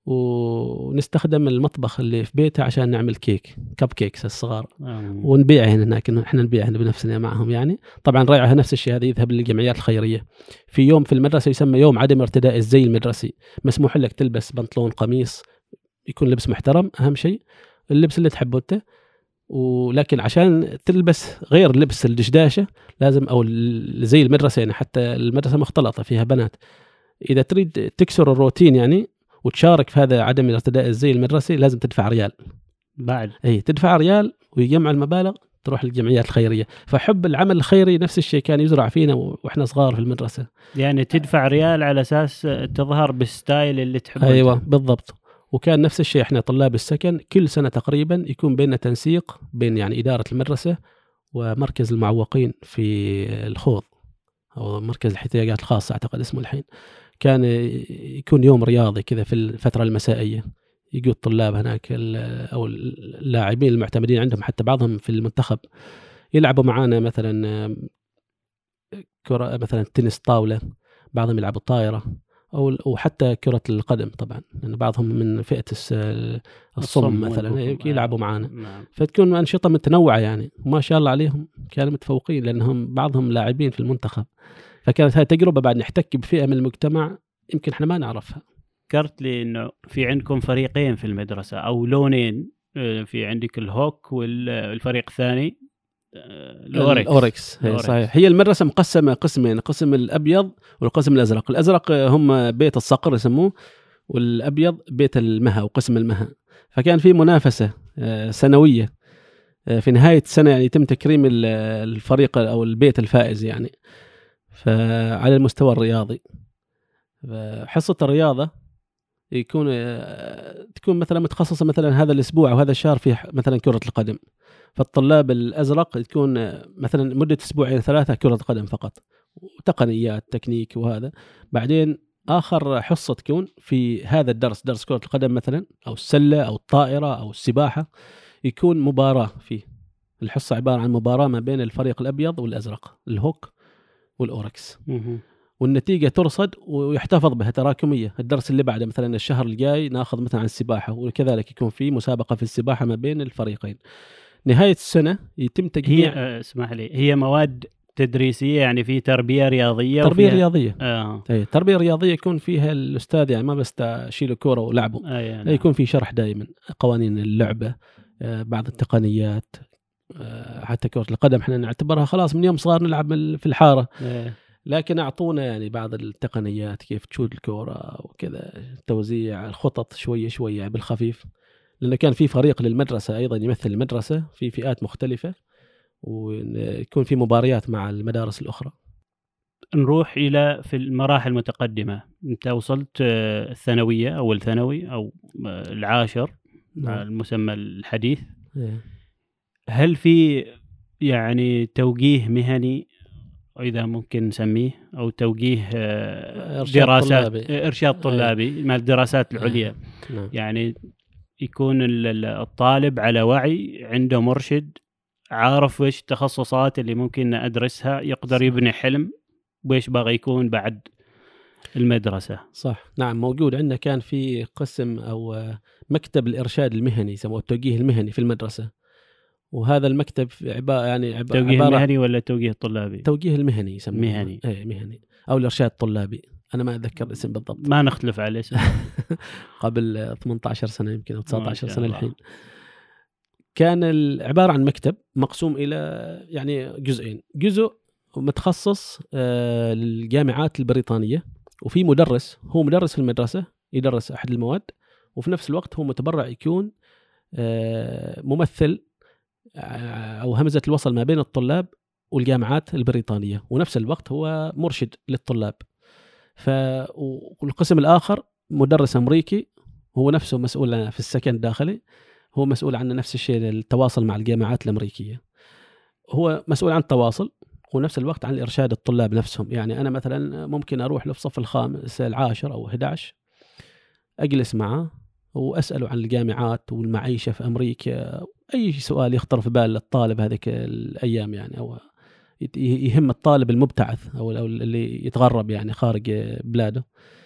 B: ونستخدم المطبخ اللي في بيتها عشان نعمل كيك كب كيكس الصغار ونبيعها هناك، احنا نبيعها بنفسنا معهم يعني. طبعا رايعها نفس الشيء هذا يذهب للجمعيات الخيرية. في يوم في المدرسة يسمى يوم عدم ارتداء الزي المدرسي، مسموح لك تلبس بنطلون قميص يكون لبس محترم، أهم شيء اللبس اللي تحبه أنت، ولكن عشان تلبس غير لبس الدشداشة لازم أو زي المدرسة يعني حتى المدرسة مختلطة فيها بنات، إذا تريد تكسر الروتين يعني وتشارك في هذا عدم ارتداء الزي المدرسي لازم تدفع ريال
A: بعد.
B: أي تدفع ريال ويجمع المبالغ تروح للجمعيات الخيرية. فحب العمل الخيري نفس الشيء كان يزرع فينا وإحنا صغار في المدرسة،
A: يعني تدفع ريال على أساس تظهر بالستايل اللي تحبه.
B: أيوة انت. بالضبط. وكان نفس الشيء إحنا طلاب السكن كل سنة تقريبا يكون بيننا تنسيق بين يعني إدارة المدرسة ومركز المعوقين في الخوض أو مركز الاحتياجات الخاصة أعتقد اسمه الحين. كان يكون يوم رياضي كذا في الفترة المسائية، يجوا الطلاب هناك أو اللاعبين المعتمدين عندهم حتى بعضهم في المنتخب يلعبوا معانا مثلا كرة مثلا تنس طاولة، بعضهم يلعبوا طائرة أو وحتى كرة القدم طبعا لأن بعضهم من فئة الصم مثلا يلعبوا معانا. فتكون أنشطة متنوعة يعني وما شاء الله عليهم كانوا متفوقين لأنهم بعضهم لاعبين في المنتخب. فكانت هاي تجربة بعد نحتك بفئة من المجتمع يمكن احنا ما نعرفها.
A: ذكرت لي إنه في عندكم فريقين في المدرسة أو لونين، في عندك الهوك والفريق الثاني الأوركس.
B: الأوركس هي صحيح. هي المدرسة مقسمة قسمين، قسم الأبيض والقسم الأزرق. الأزرق هم بيت الصقر يسموه، والأبيض بيت المها وقسم المها. فكان في منافسة سنوية في نهاية السنة يعني يتم تكريم الفريق أو البيت الفائز يعني، فعلى المستوى الرياضي. حصة الرياضة يكون تكون مثلا متخصصة مثلا هذا الأسبوع أو هذا الشهر في مثلا كرة القدم، فالطلاب الأزرق تكون مثلا مدة أسبوعين ثلاثة كرة قدم فقط وتقنيات تكنيك وهذا. بعدين آخر حصة تكون في هذا الدرس درس كرة القدم مثلا أو السلة أو الطائرة أو السباحة، يكون مباراة فيه. الحصة عبارة عن مباراة ما بين الفريق الأبيض والأزرق، الهوك والأوركس، والنتيجة ترصد ويحتفظ بها تراكمية. الدرس اللي بعده مثلا الشهر الجاي ناخذ مثلا عن السباحة، وكذلك يكون في مسابقة في السباحة ما بين الفريقين. نهاية السنة يتم تجميع.
A: هي اسمح لي، هي مواد تدريسية يعني في تربية رياضية؟
B: تربية
A: وفيها...
B: رياضية.
A: آه.
B: أي تربية رياضية يكون فيها الأستاذ يعني ما بس تشيل كورة ولعبه،
A: آه يعني.
B: لا يكون في شرح دائما قوانين اللعبة، آه بعض التقنيات، آه حتى كرة القدم احنا نعتبرها خلاص من يوم صغار نلعب في الحارة،
A: آه.
B: لكن أعطونا يعني بعض التقنيات كيف تشوت الكورة وكذا، توزيع الخطط شوية شوية بالخفيف، لأنه كان في فريق للمدرسة أيضا يمثل المدرسة في فئات مختلفة، ويكون في مباريات مع المدارس الأخرى.
A: نروح إلى في المراحل المتقدمة. أنت وصلت الثانوية، أول ثانوي أو العاشر مع المسمى الحديث. هل في يعني توجيه مهني إذا ممكن نسميه، أو توجيه
B: إرشاد
A: دراسات
B: طلابي.
A: إرشاد طلابي مع الدراسات العليا؟ يعني يكون الطالب على وعي، عنده مرشد عارف ويش التخصصات اللي ممكن أدرسها، يقدر يبني حلم ويش بغى يكون بعد المدرسة.
B: صح، نعم، موجود عندنا. كان في قسم أو مكتب الإرشاد المهني يسموه التوجيه المهني في المدرسة، وهذا المكتب عبارة يعني عبارة
A: توجيه مهني ولا توجيه طلابي؟
B: توجيه المهني يسموه
A: مهني.
B: ايه مهني أو الإرشاد الطلابي، أنا ما أتذكر الاسم بالضبط.
A: ما نختلف على الاسم.
B: قبل ثمانية عشر سنة يمكن أو تسعة عشر سنة الحين. كان عبارة عن مكتب مقسوم إلى يعني جزئين، جزء متخصص آه للجامعات البريطانية، وفي مدرس هو مدرس في المدرسة يدرس أحد المواد، وفي نفس الوقت هو متبرع يكون آه ممثل أو همزة الوصل ما بين الطلاب والجامعات البريطانية، ونفس الوقت هو مرشد للطلاب. فالقسم الآخر مدرس أمريكي هو نفسه مسؤول في السكن الداخلي، هو مسؤول عن نفس الشيء التواصل مع الجامعات الأمريكية، هو مسؤول عن التواصل ونفس الوقت عن إرشاد الطلاب نفسهم. يعني أنا مثلا ممكن أروح له في الصف الخامس العاشر أو أحد عشر، أجلس معه وأسأله عن الجامعات والمعيشة في أمريكا، أي سؤال يخطر في بال الطالب هذيك الأيام يعني، أو يهم الطالب المبتعث أو اللي يتغرب يعني خارج بلاده.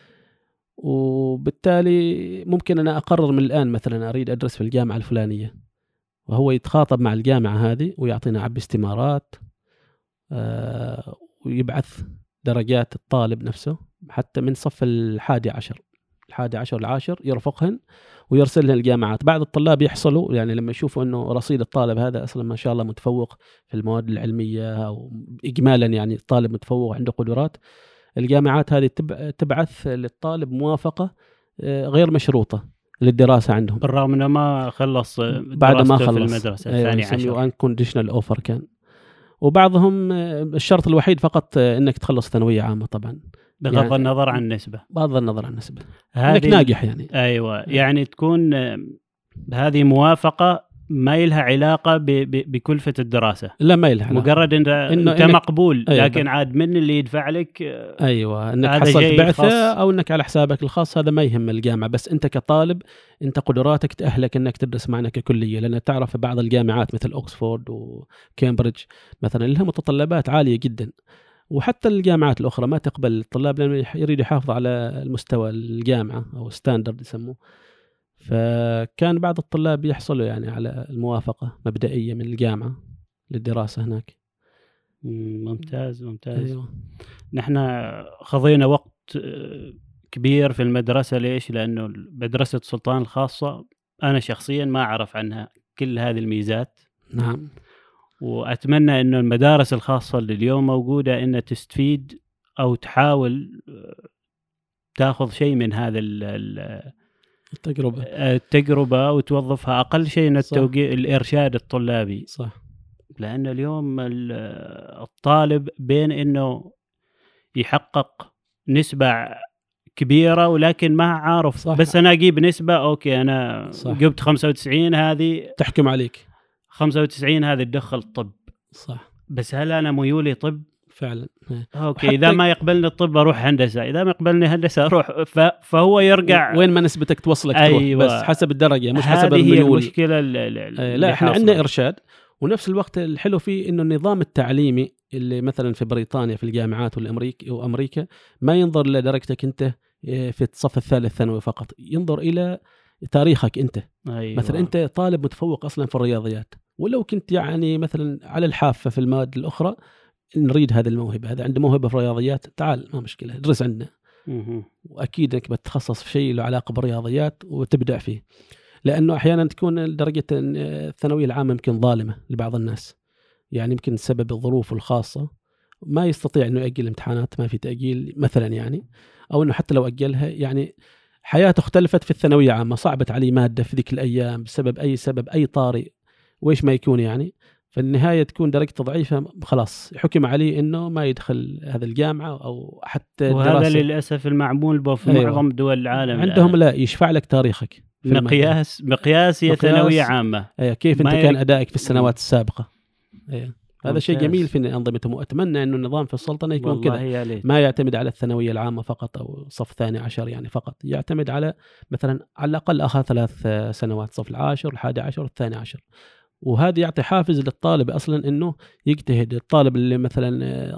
B: وبالتالي ممكن أنا أقرر من الآن مثلا أريد أدرس في الجامعة الفلانية، وهو يتخاطب مع الجامعة هذه ويعطينا عبي استمارات، آه ويبعث درجات الطالب نفسه حتى من صف الحادي عشر الحادي عشر العاشر يرفقهن ويرسلهن الجامعات. بعض الطلاب يحصلوا يعني لما يشوفوا أنه رصيد الطالب هذا أصلا ما شاء الله متفوق في المواد العلمية أو إجمالا يعني الطالب متفوق عنده قدرات، الجامعات هذه تبعث للطالب موافقة غير مشروطة للدراسة عندهم،
A: بالرغم أنه ما خلص
B: بعد ما خلص
A: في المدرسة الثانية عشر.
B: unconditional offer كان. وبعضهم الشرط الوحيد فقط أنك تخلص ثانوية عامة، طبعا
A: بغض يعني النظر عن النسبة،
B: بغض النظر عن النسبة أنك ناجح يعني.
A: أيوة، يعني تكون هذه موافقة ما يلها علاقة ب ب بكلفة الدراسة،
B: لا ما يلها،
A: مجرد إن
B: إنه
A: أنت مقبول.
B: أيوة،
A: لكن عاد من اللي يدفع لك
B: أيوة أنك حصلت بعثة أو أنك على حسابك الخاص، هذا ما يهم الجامعة، بس أنت كطالب أنت قدراتك تأهلك أنك تدرس معنا ككلية، لأن تعرف بعض الجامعات مثل أوكسفورد وكامبريدج مثلا لها متطلبات عالية جدا، وحتى الجامعات الأخرى ما تقبل الطلاب لأنه يريد يحافظ على المستوى الجامعة أو ستاندرد يسموه. فكان بعض الطلاب يحصلوا يعني على الموافقة مبدئية من الجامعة للدراسة هناك.
A: ممتاز ممتاز.
B: أيوة.
A: نحن خضينا وقت كبير في المدرسة. ليش؟ لأنه مدرسة سلطان الخاصة أنا شخصيا ما أعرف عنها كل هذه الميزات.
B: نعم.
A: وأتمنى أنه المدارس الخاصة اللي اليوم موجودة أنها تستفيد أو تحاول تأخذ شيء من هذا ال
B: التجربة
A: التجربة وتوظفها أقل شيء من
B: صح.
A: التوجيه الإرشاد الطلابي.
B: صح.
A: لأن اليوم الطالب بين إنه يحقق نسبة كبيرة ولكن ما عارف
B: صح.
A: بس أنا أجيب نسبة أوكي أنا
B: صح.
A: جبت خمسة وتسعين هذه
B: تحكم عليك
A: خمسة وتسعين هذه تدخل الطب.
B: صح.
A: بس هل أنا ميولي طب؟
B: فعلا.
A: أوكي إذا ما يقبلني الطب أروح هندسة، إذا ما يقبلني هندسة أروح ف... فهو يرجع
B: وين ما نسبتك توصلك
A: أيوة.
B: تروح، بس حسب الدرجة مش حسب
A: هذه
B: الميول.
A: هي المشكلة ال
B: آه لا احنا عندنا إرشاد، ونفس الوقت الحلو فيه إنه النظام التعليمي اللي مثلا في بريطانيا في الجامعات والأمريكا وأمريكا ما ينظر لدرجتك أنت في الصف الثالث ثانوي فقط، ينظر إلى تاريخك أنت.
A: أيوة.
B: مثلا أنت طالب متفوق أصلا في الرياضيات، ولو كنت يعني مثلا على الحافة في المواد الأخرى، نريد هذه الموهبة، هذا عنده موهبة في الرياضيات، تعال ما مشكلة درس عندنا. وأكيد أنك بتتخصص في شيء له علاقة بالرياضيات وتبدع فيه، لأنه أحيانا تكون درجة الثانوية العامة يمكن ظالمة لبعض الناس، يعني يمكن سبب الظروف الخاصة ما يستطيع أنه يأجل الامتحانات، ما في تأجيل مثلا يعني، أو أنه حتى لو أجلها يعني حياته اختلفت في الثانوية عامة، صعبت عليه مادة في ذيك الأيام بسبب أي سبب أي طارئ وإيش ما يكون يعني، في النهاية تكون درجته ضعيفة، خلاص حكم عليه إنه ما يدخل هذا الجامعة أو حتى
A: وهذا
B: الدراسة.
A: للأسف المعمول به في
B: أيوة.
A: معظم دول العالم
B: عندهم لا يشفع لك تاريخك
A: مقياس مقياس هي ثانوية عامة.
B: أيوة. كيف أنت كان أدائك في السنوات السابقة. أيوة. هذا شيء جميل في أنظمتهم، وأتمنى أنه النظام في السلطنة يكون كذا، ما يعتمد على الثانوية العامة فقط أو صف ثاني عشر يعني فقط، يعتمد على مثلا على الأقل أخذ ثلاث سنوات، صف العاشر الحادي عشر والثاني عشر، وهذا يعطي حافز للطالب أصلا أنه يجتهد. الطالب اللي مثلا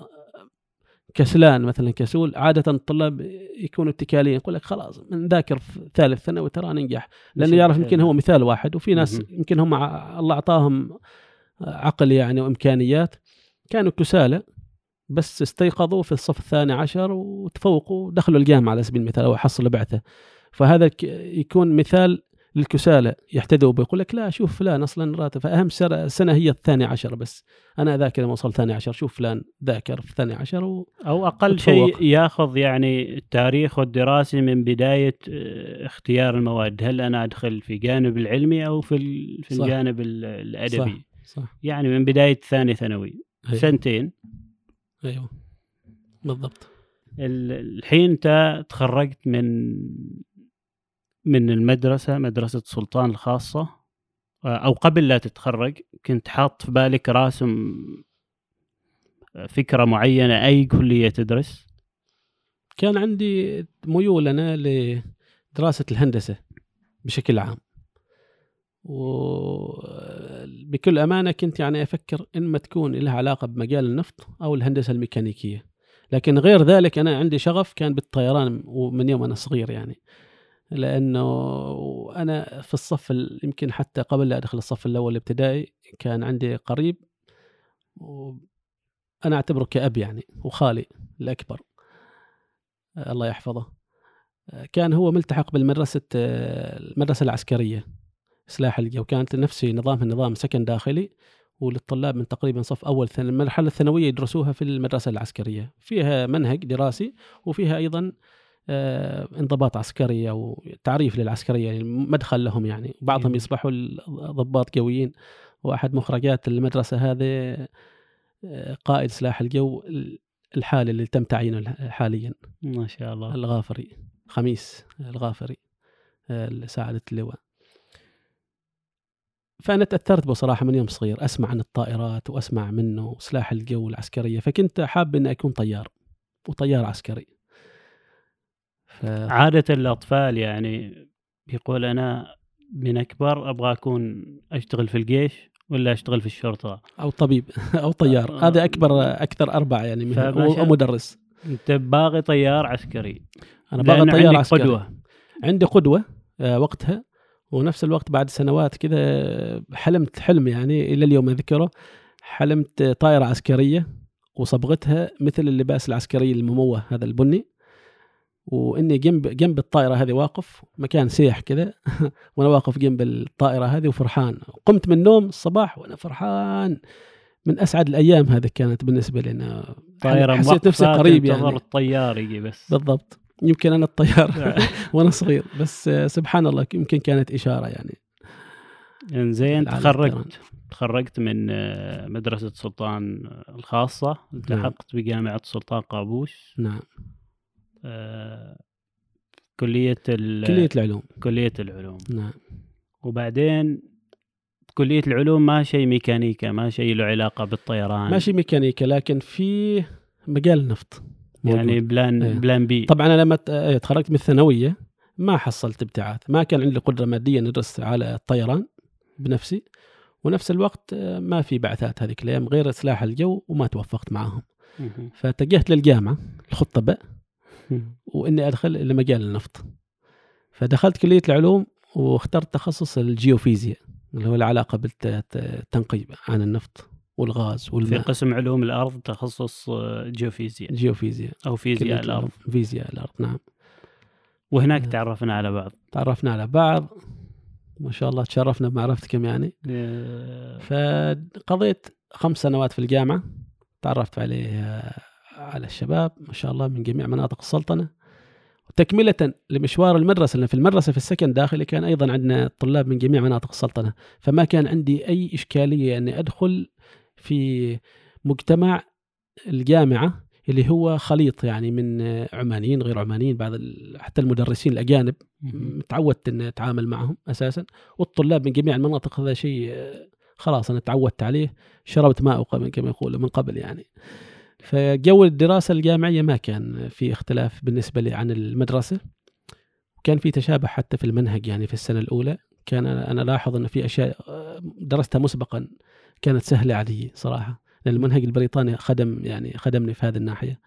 B: كسلان مثلا كسول، عادة الطلاب يكونوا اتكاليين، يقول لك خلاص من ذاكر في ثالث سنة وترى ننجح، لأنه يعرف يمكن هو مثال واحد، وفي ناس يمكن هم الله أعطاهم عقل يعني وإمكانيات، كانوا كسالى بس استيقظوا في الصف الثاني عشر وتفوقوا ودخلوا الجامعة على سبيل المثال أو حصلوا بعثة. فهذا يكون مثال للكسالى يحتذوا به، يقول لك لا شوف فلان أصلا راتب، فأهم سنة هي الثاني عشر، بس أنا ذاكر لما وصل ثاني عشر، شوف فلان ذاكر في الثاني عشر و...
A: أو أقل وتفوق. شيء يأخذ يعني التاريخ والدراسي من بداية اختيار المواد، هل أنا أدخل في جانب العلمي أو في, في الجانب الأدبي.
B: صح. صح.
A: يعني من بداية ثاني ثانوي. أيوة. سنتين.
B: أيوة بالضبط.
A: الحين أنت تخرجت من من المدرسة، مدرسة سلطان الخاصة، أو قبل لا تتخرج كنت حاط في بالك راسم فكرة معينة أي كلية تدرس؟
B: كان عندي ميول أنا لدراسة الهندسة بشكل عام، وبكل أمانة كنت يعني أفكر إما تكون لها علاقة بمجال النفط أو الهندسة الميكانيكية، لكن غير ذلك أنا عندي شغف كان بالطيران ومن يوم أنا صغير يعني، لأنه أنا في الصف يمكن حتى قبل لا أدخل الصف الأول الابتدائي كان عندي قريب وأنا أعتبره كأب يعني، وخالي الأكبر الله يحفظه، كان هو ملتحق بالمدرسة المدرسة العسكرية سلاح الجو، كانت نفسي نظام النظام سكن داخلي، وللطلاب من تقريبا صف أول ثاني المرحلة الثانوية يدرسوها في المدرسة العسكرية، فيها منهج دراسي وفيها أيضا آه انضباط عسكري أو تعريف للعسكرية يعني مدخل لهم يعني، بعضهم يصبحوا ضباط قويين. وأحد مخرجات المدرسة هذه آه قائد سلاح الجو الحالي اللي تم تعيينه حاليا
A: ما شاء الله،
B: الغافري، خميس الغافري آه ساعدة اللواء. فأنا تأثرت بصراحة من يوم صغير أسمع عن الطائرات وأسمع منه سلاح الجو العسكرية، فكنت حاب أن أكون طيار وطيار عسكري.
A: ف... عادة الأطفال يعني يقول أنا من أكبر أبغى أكون أشتغل في الجيش ولا أشتغل في الشرطة
B: أو طبيب أو طيار، ف... هذا أكبر أكثر أربعة يعني، أو مدرس.
A: أنت باغي طيار عسكري؟
B: أنا باغي طيار عسكري. قدوة. عندي قدوة آه وقتها، ونفس الوقت بعد سنوات كذا حلمت حلم يعني إلى اليوم أذكره، حلمت طائرة عسكرية وصبغتها مثل اللباس العسكري المموه هذا البني، وإني جنب جنب الطائرة هذه واقف مكان سيح كذا وأنا واقف جنب الطائرة هذه وفرحان. قمت من النوم الصباح وأنا فرحان، من أسعد الأيام هذه كانت بالنسبة لنا،
A: طائرة
B: حسيت نفسي قريب يعني
A: الطيار يجي بس
B: بالضبط. يمكن أنا الطيار وأنا صغير، بس سبحان الله يمكن كانت إشارة يعني.
A: إنزين تخرجت تخرجت من مدرسة سلطان الخاصة، التحقت نعم. بجامعة سلطان قابوس.
B: نعم.
A: آه كلية
B: كلية العلوم.
A: كلية العلوم.
B: نعم.
A: وبعدين كلية العلوم ما شيء ميكانيكا، ما شيء له علاقة بالطيران،
B: ما شيء ميكانيكا، لكن في مجال النفط
A: موجود. يعني بلان
B: ايه.
A: بلان بي.
B: طبعا أنا لما تخرجت من الثانوية ما حصلت ابتعاث، ما كان عندي قدرة مادية ندرس على الطيران بنفسي، ونفس الوقت ما في بعثات هذيك الأيام غير سلاح الجو وما توفقت معهم. فاتجهت للجامعة الخطة بقى وإني أدخل لمجال النفط. فدخلت كلية العلوم واخترت تخصص الجيوفيزياء اللي هو العلاقة بالتنقيب عن النفط والغاز والماء.
A: في قسم علوم الأرض تخصص جيوفيزياء.
B: جيوفيزياء
A: أو فيزياء الأرض.
B: فيزياء الأرض نعم.
A: وهناك تعرفنا على بعض.
B: تعرفنا على بعض ما شاء الله، تشرفنا بمعرفتكم يعني. فقضيت خمس سنوات في الجامعة، تعرفت عليه على الشباب ما شاء الله من جميع مناطق السلطنة، وتكملة لمشوار المدرسة، لأن في المدرسة في السكن داخلي كان أيضا عندنا طلاب من جميع مناطق السلطنة، فما كان عندي أي إشكالية أني أدخل في مجتمع الجامعة اللي هو خليط يعني من عمانيين غير عمانيين، بعض حتى المدرسين الأجانب تعودت أن أتعامل معهم أساسا، والطلاب من جميع المناطق. هذا شيء خلاص أنا تعودت عليه، شربت ماء كما يقول من قبل يعني. فجو الدراسة الجامعية ما كان في اختلاف بالنسبة لي عن المدرسة، وكان في تشابه حتى في المنهج. يعني في السنة الأولى كان أنا لاحظ أن في أشياء درستها مسبقا كانت سهلة علي صراحة، لأن المنهج البريطاني خدم يعني خدمني في هذه الناحية.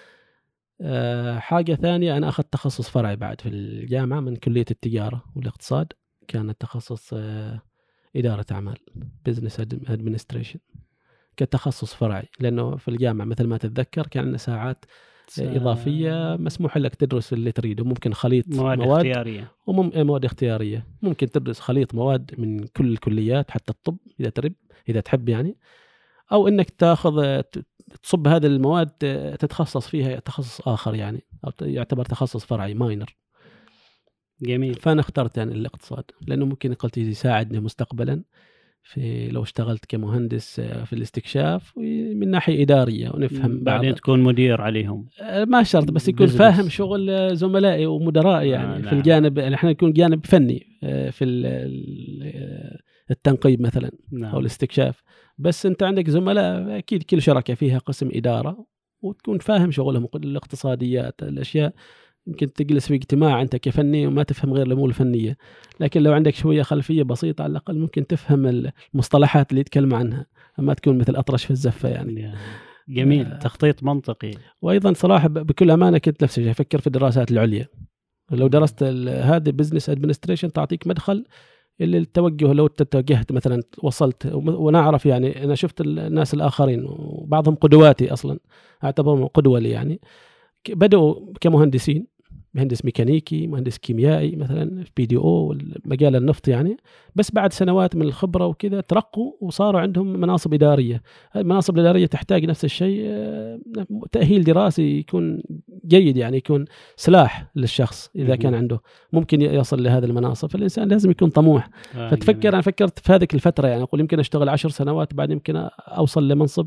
B: أه حاجة ثانية، أنا أخذت تخصص فرعي بعد في الجامعة من كلية التجارة والاقتصاد، كان التخصص أه إدارة أعمال Business Administration كتخصص فرعي، لأنه في الجامعة مثل ما تتذكر كان عندنا ساعات س... إضافية مسموح لك تدرس اللي تريده، ممكن خليط
A: مواد, مواد اختيارية
B: ومم... مواد اختيارية، ممكن تدرس خليط مواد من كل الكليات حتى الطب إذا ترب إذا تحب يعني، أو إنك تأخذ تصب هذه المواد تتخصص فيها تخصص آخر يعني، أو يعتبر تخصص فرعي ماينر.
A: جميل.
B: فأنا اخترت يعني الاقتصاد لأنه ممكن قلت يساعدني مستقبلا في لو اشتغلت كمهندس في الاستكشاف من ناحية إدارية ونفهم
A: بعدين تكون مدير عليهم.
B: ما شرط، بس يكون بزنس. فاهم شغل زملائي ومدرائي يعني. آه في الجانب احنا يكون جانب فني في التنقيب مثلا نعم. أو الاستكشاف، بس أنت عندك زملاء أكيد كل شركة فيها قسم إدارة وتكون فاهم شغلهم الاقتصاديات الأشياء. يمكن تجلس في اجتماع أنت كفني وما تفهم غير الأمور الفنية، لكن لو عندك شوية خلفية بسيطة على الأقل ممكن تفهم المصطلحات اللي يتكلم عنها، أما تكون مثل أطرش في الزفة يعني.
A: جميل. آه. تخطيط منطقي.
B: وأيضا صراحة بكل أمانة كنت نفسي أفكر في الدراسات العليا. لو درست هذه بزنس ادمنستريشن تعطيك مدخل اللي التوجه، لو تتوجهت مثلا وصلت. وانا اعرف يعني انا شفت الناس الاخرين وبعضهم قدواتي اصلا اعتبرهم قدوه لي يعني، بدأوا كمهندسين، مهندس ميكانيكي مهندس كيميائي مثلا في بي دي او مجال النفط يعني، بس بعد سنوات من الخبره وكذا ترقوا وصاروا عندهم مناصب اداريه. المناصب الاداريه تحتاج نفس الشيء تاهيل دراسي يكون جيد يعني، يكون سلاح للشخص اذا كان عنده ممكن يصل لهذه المناصب. فالانسان لازم يكون طموح. آه فتفكر انا فكرت في هذيك الفتره يعني، اقول يمكن اشتغل عشر سنوات بعد يمكن اوصل لمنصب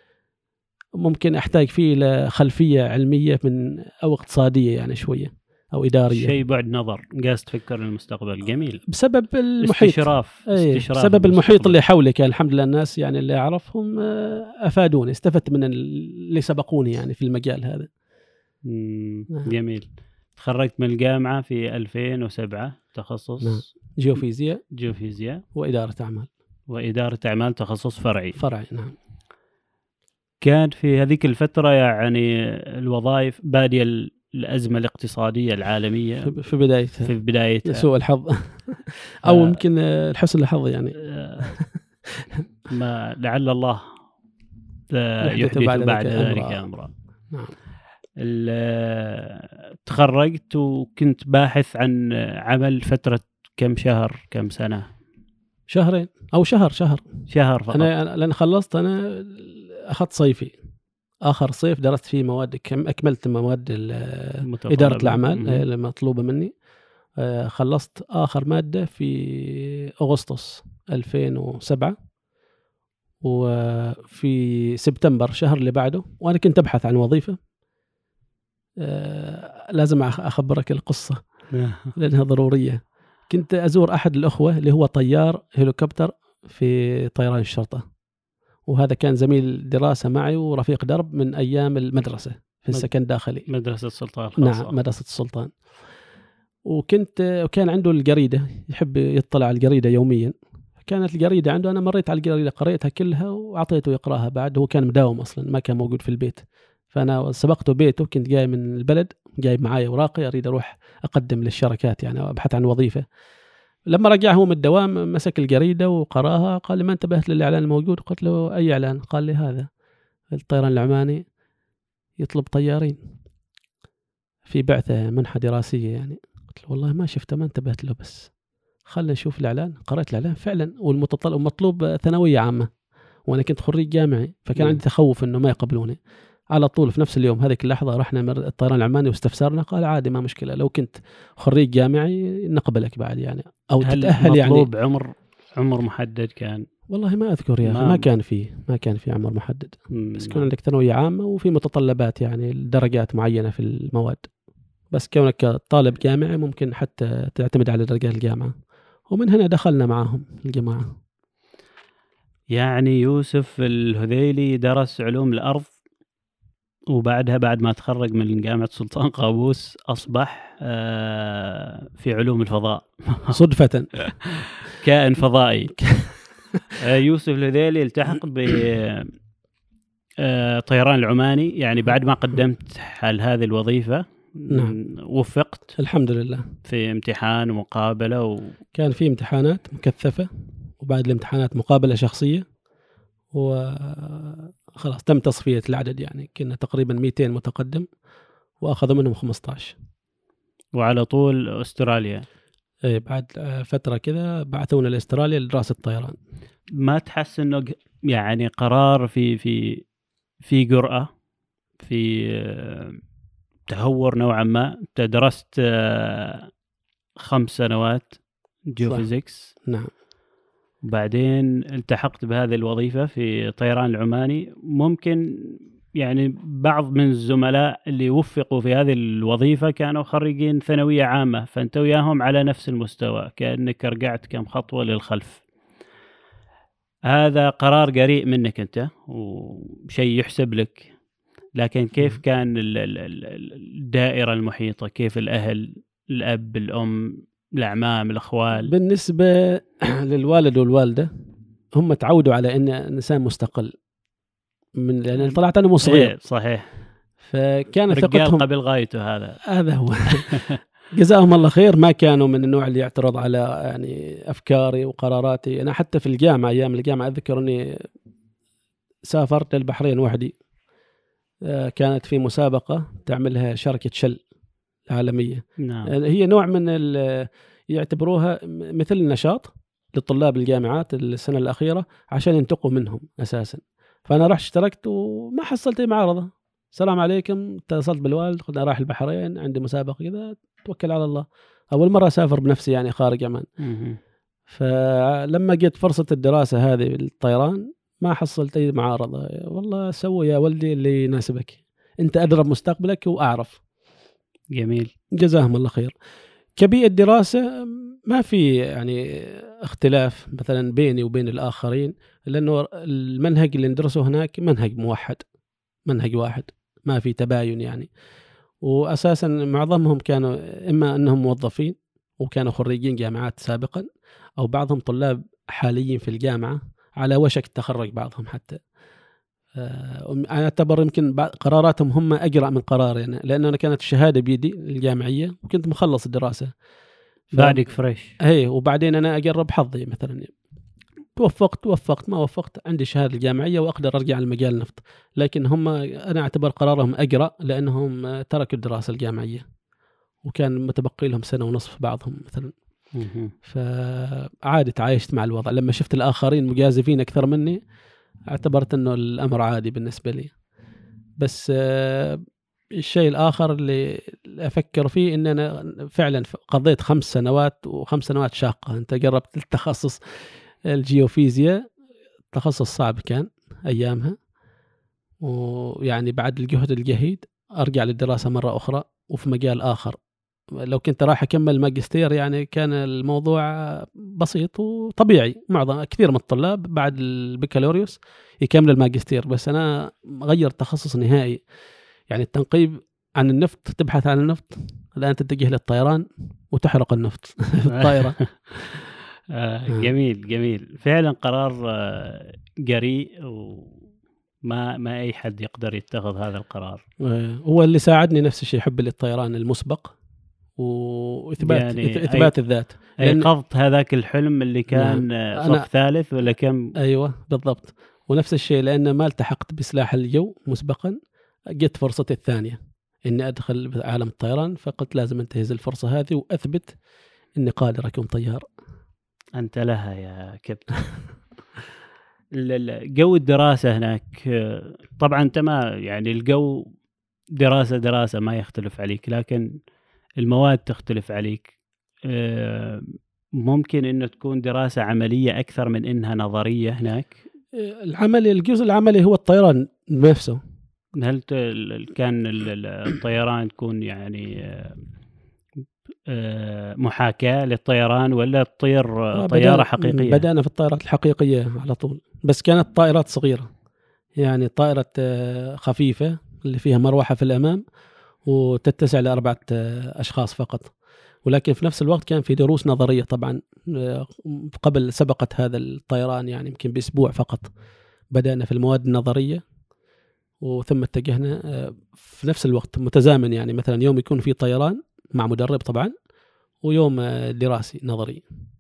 B: ممكن أحتاج فيه لخلفية علمية من أو اقتصادية يعني شوية أو إدارية.
A: شيء بعد نظر قاس تفكر المستقبل. جميل.
B: بسبب المحيط.
A: استشراف.
B: أيه. بسبب المحيط اللي حولك يعني. الحمد لله الناس يعني اللي أعرفهم أفادوني، استفدت من اللي سبقوني يعني في المجال هذا.
A: جميل. تخرجت من الجامعة في ألفين وسبعة تخصص
B: نعم. جيوفيزياء.
A: جيوفيزياء
B: وإدارة أعمال.
A: وإدارة أعمال تخصص فرعي.
B: فرعي نعم.
A: كان في هذيك الفترة يعني الوظائف بادية الأزمة الاقتصادية العالمية
B: في بدايتها.
A: في بدايتها
B: سوء الحظ أو يمكن الحسن الحظ يعني.
A: ما لعل الله يحدث بعد, بعد ذلك أمرا.
B: نعم.
A: تخرجت وكنت باحث عن عمل فترة كم شهر كم سنة؟
B: شهرين أو شهر شهر
A: شهر فقط.
B: أنا لأن خلصت أنا أخذت صيفي آخر صيف درست فيه مواد، كم أكملت مواد إدارة الأعمال المطلوبة مني. خلصت آخر مادة في أغسطس ألفين وسبعة، وفي سبتمبر شهر اللي بعده وأنا كنت أبحث عن وظيفة. لازم أخبرك القصة لأنها ضرورية. كنت أزور أحد الأخوة اللي هو طيار هليكوبتر في طيران الشرطة، وهذا كان زميل دراسة معي ورفيق درب من أيام المدرسة في السكن الداخلي،
A: مدرسة السلطان الخاصة.
B: نعم، مدرسة السلطان. وكنت وكان عنده الجريدة، يحب يطلع على الجريدة يوميا. كانت الجريدة عنده، أنا مريت على الجريدة قريتها كلها وعطيته يقراها بعد. هو كان مداوم أصلا، ما كان موجود في البيت، فأنا سبقته بيته. كنت جاي من البلد، جايب معايا أوراقي، أريد أروح أقدم للشركات يعني أبحث عن وظيفة. لما رجع هو من الدوام مسك الجريدة وقراها، قال لي ما انتبهت للإعلان الموجود؟ قلت له أي إعلان؟ قال لي هذا الطيران العماني يطلب طيارين في بعثة منحة دراسية يعني. قلت له والله ما شفته، ما انتبهت له، بس خلنا نشوف الإعلان. قرأت الإعلان فعلا، والمتطلب مطلوب ثانوية عامة، وأنا كنت خريج جامعي، فكان عندي تخوف إنه ما يقبلوني. على طول في نفس اليوم هذيك اللحظة رحنا الطيران العماني واستفسرنا، قال عادي ما مشكلة، لو كنت خريج جامعي نقبلك بعد يعني، أو تتأهل يعني.
A: مطلوب عمر عمر محدد كان؟
B: والله ما أذكر يا أخي، ما, ما كان فيه ما كان في عمر محدد، بس كان عندك ثانوية عامة وفي متطلبات يعني درجات معينة في المواد. بس كونك طالب جامعي ممكن حتى تعتمد على درجات الجامعة، ومن هنا دخلنا معهم الجماعة.
A: يعني يوسف الهذيلي درس علوم الأرض، وبعدها بعد ما تخرج من جامعة سلطان قابوس أصبح في علوم الفضاء
B: صدفة
A: كائن فضائي. يوسف الهذيلي التحق بطيران العماني، يعني بعد ما قدمت على هذه الوظيفة.
B: نعم.
A: وفقت
B: الحمد لله
A: في امتحان ومقابلة و...
B: كان في امتحانات مكثفة، وبعد الامتحانات مقابلة شخصية، وخلاص تم تصفية العدد. يعني كنا تقريبا مئتين متقدم وأخذوا منهم خمسة عشر.
A: وعلى طول أستراليا.
B: ايه بعد فترة كذا بعثونا لأستراليا لدراسة الطيران.
A: ما تحس إنه يعني قرار في في في جرأة، في تهور نوعا ما؟ أنت درست خمس سنوات جيوفيزيكس،
B: نعم،
A: وبعدين التحقت بهذه الوظيفة في طيران العماني. ممكن يعني بعض من الزملاء اللي وفقوا في هذه الوظيفة كانوا خريجين ثانوية عامة، فأنت وياهم على نفس المستوى، كأنك رجعت كم خطوة للخلف. هذا قرار جريء منك أنت وشيء يحسب لك، لكن كيف كان الدائرة المحيطة؟ كيف الأهل، الأب، الأم، الأعمام، الأخوال؟
B: بالنسبة للوالد والوالدة هم تعودوا على أن إنسان مستقل، من لأن طلعت أنا مصغير.
A: إيه صحيح.
B: فكان ثقتهم
A: قبل غايته. هذا
B: هذا هو جزاهم الله خير. ما كانوا من النوع اللي يعترض على يعني أفكاري وقراراتي. أنا حتى في الجامعة، أيام الجامعة أذكر أني سافرت البحرين وحدي، كانت في مسابقة تعملها شركة شل العالمية.
A: نعم.
B: هي نوع من يعتبروها مثل النشاط للطلاب الجامعات السنة الأخيرة عشان ينتقوا منهم أساسا. فأنا رحت اشتركت وما حصلت أي معارضة. السلام عليكم، اتصلت بالوالد قلت أنا رايح البحرين عندي مسابقة كذا، توكل على الله. أول مرة أسافر بنفسي يعني خارج عمان. فلما جت فرصة الدراسة هذه بالطيران ما حصلت أي معارضة. والله سوي يا ولدي اللي يناسبك، أنت أدرى بمستقبلك وأعرف.
A: جميل،
B: جزاهم الله خير. كبيئة دراسة ما في يعني اختلاف مثلا بيني وبين الآخرين، لأنه المنهج اللي ندرسه هناك منهج موحد، منهج واحد، ما في تباين يعني. وأساسا معظمهم كانوا إما أنهم موظفين وكانوا خريجين جامعات سابقا، أو بعضهم طلاب حاليين في الجامعة على وشك التخرج بعضهم حتى. أنا أعتبر يمكن قراراتهم هم أجرأ من قراري أنا، لأنه أنا كانت الشهادة بيدي الجامعية وكنت مخلص الدراسة.
A: ف... بعدك فريش.
B: هي وبعدين أنا أجرب حظي مثلا، توفقت توفقت ما وفقت عندي شهادة الجامعية وأقدر أرجع لمجال النفط. لكن هم أنا أعتبر قرارهم أجرأ لأنهم تركوا الدراسة الجامعية وكان متبقي لهم سنة ونصف بعضهم مثلا. فعادي تعايشت مع الوضع. لما شفت الآخرين مجازفين أكثر مني اعتبرت أنه الأمر عادي بالنسبة لي. بس آه الشيء الآخر اللي أفكر فيه إن أنا فعلا قضيت خمس سنوات وخمس سنوات شاقة. أنت جربت التخصص الجيوفيزياء، تخصص صعب كان أيامها، ويعني بعد الجهد الجهيد أرجع للدراسة مرة أخرى وفي مجال آخر. لو كنت راح أكمل ماجستير يعني كان الموضوع بسيط وطبيعي، معظم كثير من الطلاب بعد البكالوريوس يكمل الماجستير، بس أنا غير تخصص نهائي. يعني التنقيب عن النفط، تبحث عن النفط، الآن تتجه للطيران وتحرق النفط في الطائرة.
A: آه جميل جميل، فعلا قرار آه جريء، وما ما أي حد يقدر يتخذ هذا القرار.
B: هو اللي ساعدني نفس الشيء، حب الطيران المسبق وإثبات يعني إثبات الذات.
A: أيقظت هذاك الحلم اللي كان نعم. صف ثالث ولا كم؟
B: أيوة بالضبط. ونفس الشيء لأن ما التحقت بسلاح الجو مسبقا، جت فرصتي الثانية إني أدخل عالم الطيران، فقلت لازم أنتهز الفرصة هذه وأثبت إني قادر أكون طيار.
A: أنت لها يا كابتن. جو الدراسة هناك طبعا أنت ما يعني الجو دراسة دراسة ما يختلف عليك، لكن المواد تختلف عليك. ممكن إنه تكون دراسة عملية أكثر من إنها نظرية هناك.
B: العملي، الجزء العملي هو الطيران نفسه.
A: هل كان الطيران يكون يعني محاكاة للطيران ولا تطير طيارة حقيقية؟
B: بدأنا في الطائرات الحقيقية على طول، بس كانت طائرات صغيرة، يعني طائرة خفيفة اللي فيها مروحة في الأمام وتتسع لأربعة أشخاص فقط. ولكن في نفس الوقت كان في دروس نظرية طبعا قبل سبقت هذا الطيران، يعني يمكن بأسبوع فقط بدأنا في المواد النظرية، وثم اتجهنا في نفس الوقت متزامن، يعني مثلا يوم يكون في طيران مع مدرب طبعا، ويوم دراسي نظري.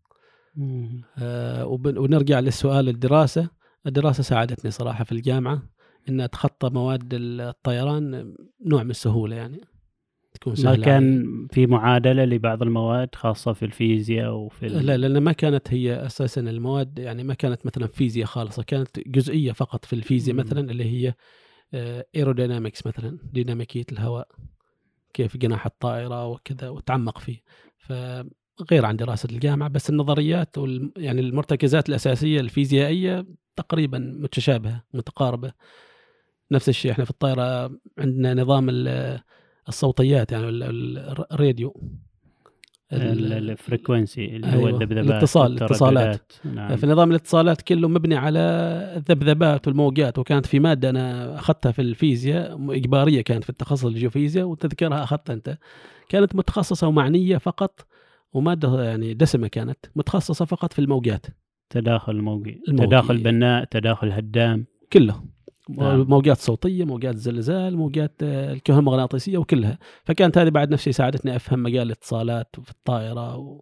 B: آه ونرجع للسؤال الدراسة. الدراسة ساعدتني صراحة في الجامعة إن أتخطى مواد الطيران نوع من السهولة، يعني تكون سهلة.
A: ما كان علي. في معادلة لبعض المواد خاصة في الفيزياء وفي ال...
B: لا، لأن ما كانت هي أساسا المواد، يعني ما كانت مثلا فيزياء خالصة، كانت جزئية فقط في الفيزياء. مثلا اللي هي ايرودينامكس، مثلا ديناميكية الهواء، كيف جناح الطائرة وكذا، وتعمق فيه. فغير عن دراسة الجامعة، بس النظريات وال... يعني المرتكزات الأساسية الفيزيائية تقريبا متشابهة متقاربة. نفس الشيء احنا في الطائرة عندنا نظام الصوتيات، يعني الراديو،
A: الفريكوينسي اللي
B: أيوة.
A: هو الذبذبات،
B: الاتصال، الاتصالات.
A: نعم.
B: في نظام الاتصالات كله مبني على الذبذبات والموجات. وكانت في مادة أنا أخذتها في الفيزياء إجبارية، كانت في التخصص الجيوفيزياء، وتذكرها أخذتها أنت، كانت متخصصة ومعنية فقط، ومادة يعني دسمة، كانت متخصصة فقط في الموجات،
A: تداخل الموجي، تداخل بناء، تداخل هدام،
B: كله. نعم. موجات صوتية، موجات زلزال، موجات الكهرومغناطيسية وكلها. فكانت هذه بعد نفسي ساعدتني أفهم مجال الاتصالات في الطائرة و...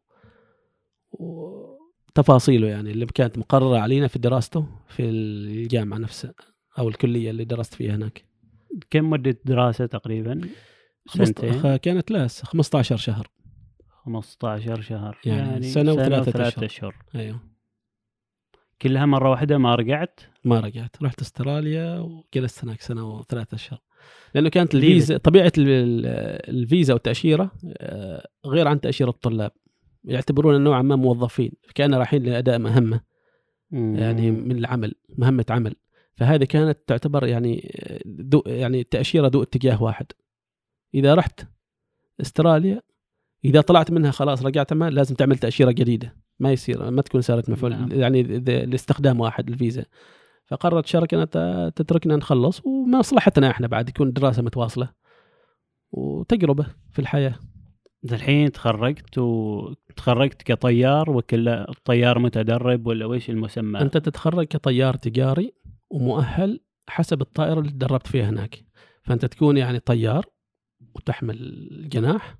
B: وتفاصيله، يعني اللي كانت مقررة علينا في دراسته في الجامعة نفسها أو الكلية اللي درست فيها هناك.
A: كم مدة دراسة تقريبا؟
B: سنتين؟ كانت لا خمسة عشر شهر.
A: خمسة عشر شهر
B: يعني, يعني سنة وثلاثة أشهر. أيوه.
A: كلها مرة واحدة ما رجعت؟
B: ما رجعت، رحت استراليا وجلست هناك سنة وثلاثة أشهر، لأنه كانت الفيزا، طبيعة الفيزا والتأشيرة غير عن تأشيرة الطلاب، يعتبرون نوعا ما موظفين، كأننا رايحين لأداء مهمة، يعني من العمل، مهمة عمل. فهذه كانت تعتبر يعني دو يعني تأشيرة ذو اتجاه واحد. إذا رحت استراليا، إذا طلعت منها خلاص رجعت، ما لازم تعمل تأشيرة جديدة، ما يصير ما تكون صارت مفعول. نعم. يعني الاستخدام واحد الفيزا. فقررت شركة تتركنا نخلص، ومصلحتنا احنا بعد يكون دراسة متواصلة وتجربة في الحياة.
A: الحين تخرجت وتخرجت كطيار وكلا طيار متدرب ولا ويش المسمى؟
B: أنت تتخرج كطيار تجاري ومؤهل حسب الطائرة اللي تدربت فيها هناك. فأنت تكون يعني طيار وتحمل الجناح،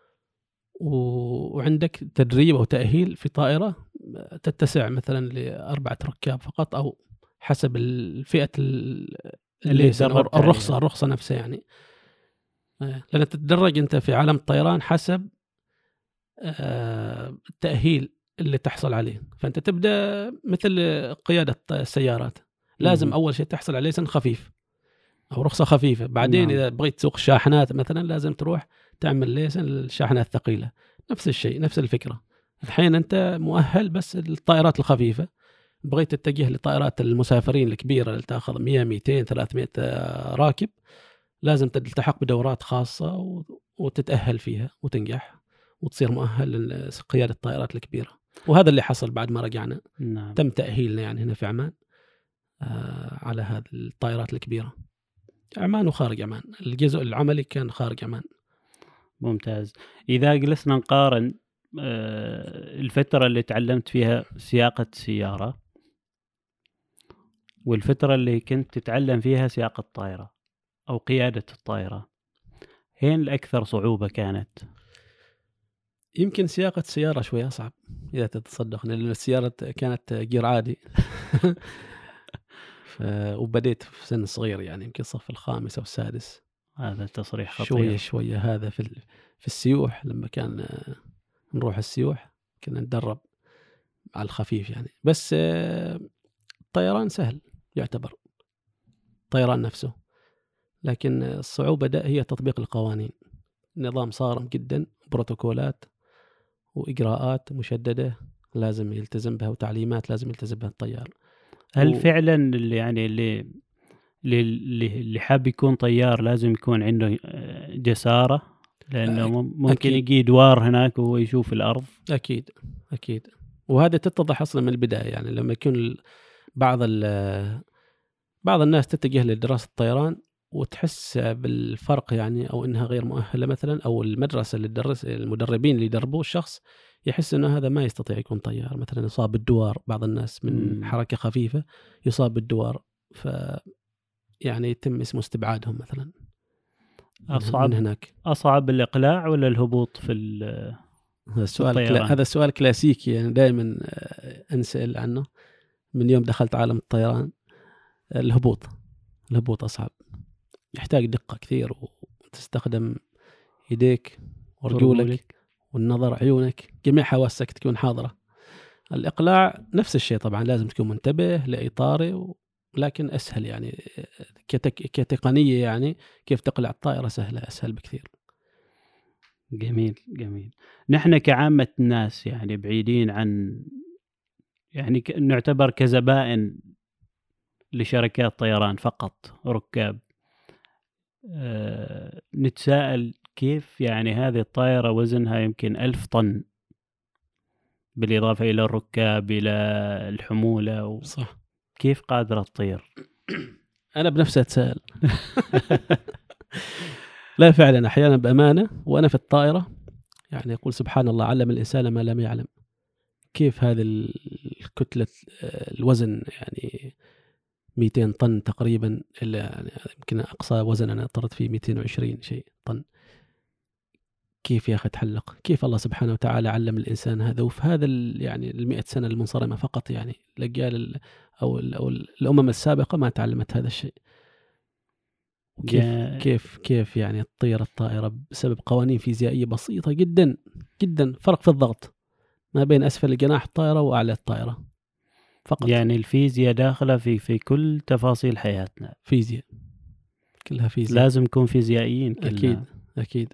B: وعندك تدريب أو تأهيل في طائرة تتسع مثلا لأربعة ركاب فقط، أو حسب الفئة اللي الرخصة عليها. الرخصة نفسها يعني، لأن تتدرج أنت في عالم الطيران حسب التأهيل اللي تحصل عليه. فأنت تبدأ مثل قيادة السيارات، لازم أول شيء تحصل على ليسن خفيف، أو رخصة خفيفة. بعدين
A: نعم.
B: إذا بغيت تسوق شاحنات مثلا لازم تروح تعمل ليسن للشاحنات الثقيلة. نفس الشيء، نفس الفكرة. الحين أنت مؤهل بس الطائرات الخفيفة، بغيت تتجه لطائرات المسافرين الكبيرة اللي تأخذ مية ميتين ثلاثمية راكب، لازم تلتحق بدورات خاصة وتتأهل فيها وتنجح وتصير مؤهل لقيادة الطائرات الكبيرة. وهذا اللي حصل بعد ما رجعنا.
A: نعم.
B: تم تأهيلنا يعني هنا في عمان آه على هذه الطائرات الكبيرة. عمان وخارج عمان، الجزء العملي كان خارج عمان.
A: ممتاز. إذا جلسنا نقارن آه الفترة اللي تعلمت فيها سياقة سيارة والفترة اللي كنت تتعلم فيها سياقة طائرة أو قيادة الطائرة، هين الأكثر صعوبة كانت؟
B: يمكن سياقة سيارة شوي أصعب إذا تتصدق، لأن السيارة كانت جير عادي. ف... وبديت في سن صغير يعني يمكن الصف الخامس أو السادس.
A: هذا تصريح خطير.
B: شوية شوية هذا في ال... في السيوح، لما كان نروح السيوح كنا ندرب على الخفيف يعني. بس الطيران سهل يعتبر، الطيران نفسه، لكن الصعوبة هي تطبيق القوانين. نظام صارم جدا، بروتوكولات وإجراءات مشددة لازم يلتزم بها، وتعليمات لازم يلتزم بها الطيار.
A: هل
B: و...
A: فعلا اللي يعني اللي اللي اللي حاب يكون طيار لازم يكون عنده جسارة؟ لأنه ممكن أكيد. يجي دوار هناك وهو يشوف الأرض.
B: أكيد أكيد. وهذا تتضح أصلا من البداية يعني. لما يكون بعض بعض الناس تتجه لدراسة الطيران وتحس بالفرق يعني، أو إنها غير مؤهلة مثلا، أو المدرسة اللي تدرس المدربين اللي يدربوه الشخص يحس إنه هذا ما يستطيع يكون طيار. مثلا يصاب بالدوار، بعض الناس من م. حركة خفيفة يصاب بالدوار، ف يعني يتم اسمه استبعادهم مثلا.
A: أصعب
B: من هناك
A: أصعب الإقلاع ولا الهبوط في
B: هذا السؤال كلا... هذا السؤال كلاسيكي يعني، دائما أنسأل عنه من يوم دخلت عالم الطيران. الهبوط الهبوط أصعب، يحتاج دقة كثير، وتستخدم يديك ورجولك والنظر، عيونك، جميع حواسك تكون حاضرة. الإقلاع نفس الشيء طبعا، لازم تكون منتبه لإطاره، لكن أسهل يعني كتك... كتقنية يعني كيف تقلع الطائرة سهلة، أسهل بكثير.
A: جميل جميل. نحن كعامة الناس يعني بعيدين عن يعني ك... نعتبر كزبائن لشركات طيران فقط، ركاب. أه... نتساءل كيف يعني هذه الطائرة وزنها يمكن ألف طن، بالإضافة إلى الركاب إلى الحمولة و...
B: صح.
A: كيف قادرة تطير؟
B: أنا بنفسي أتساءل. لا فعلا أحيانا بأمانة وأنا في الطائرة يعني أقول سبحان الله، علم الإنسان ما لم يعلم. كيف هذه الكتلة الوزن يعني مئتين طن تقريبا، إلا يعني يمكن أقصى وزن أنا طرت فيه مئتين وعشرين شيء طن. كيف يا أخي تحلق؟ كيف الله سبحانه وتعالى علم الإنسان هذا؟ وفي هذا يعني المئة سنة المنصرمة فقط يعني، الأجيال أو, أو الأمم السابقة ما تعلمت هذا الشيء. كيف كيف كيف يعني تطير الطائرة بسبب قوانين فيزيائية بسيطة جدا جدا، فرق في الضغط ما بين أسفل جناح الطائرة وأعلى الطائرة فقط.
A: يعني الفيزياء داخلة في في كل تفاصيل حياتنا.
B: فيزياء كلها فيزياء،
A: لازم نكون فيزيائيين كلنا.
B: أكيد أكيد.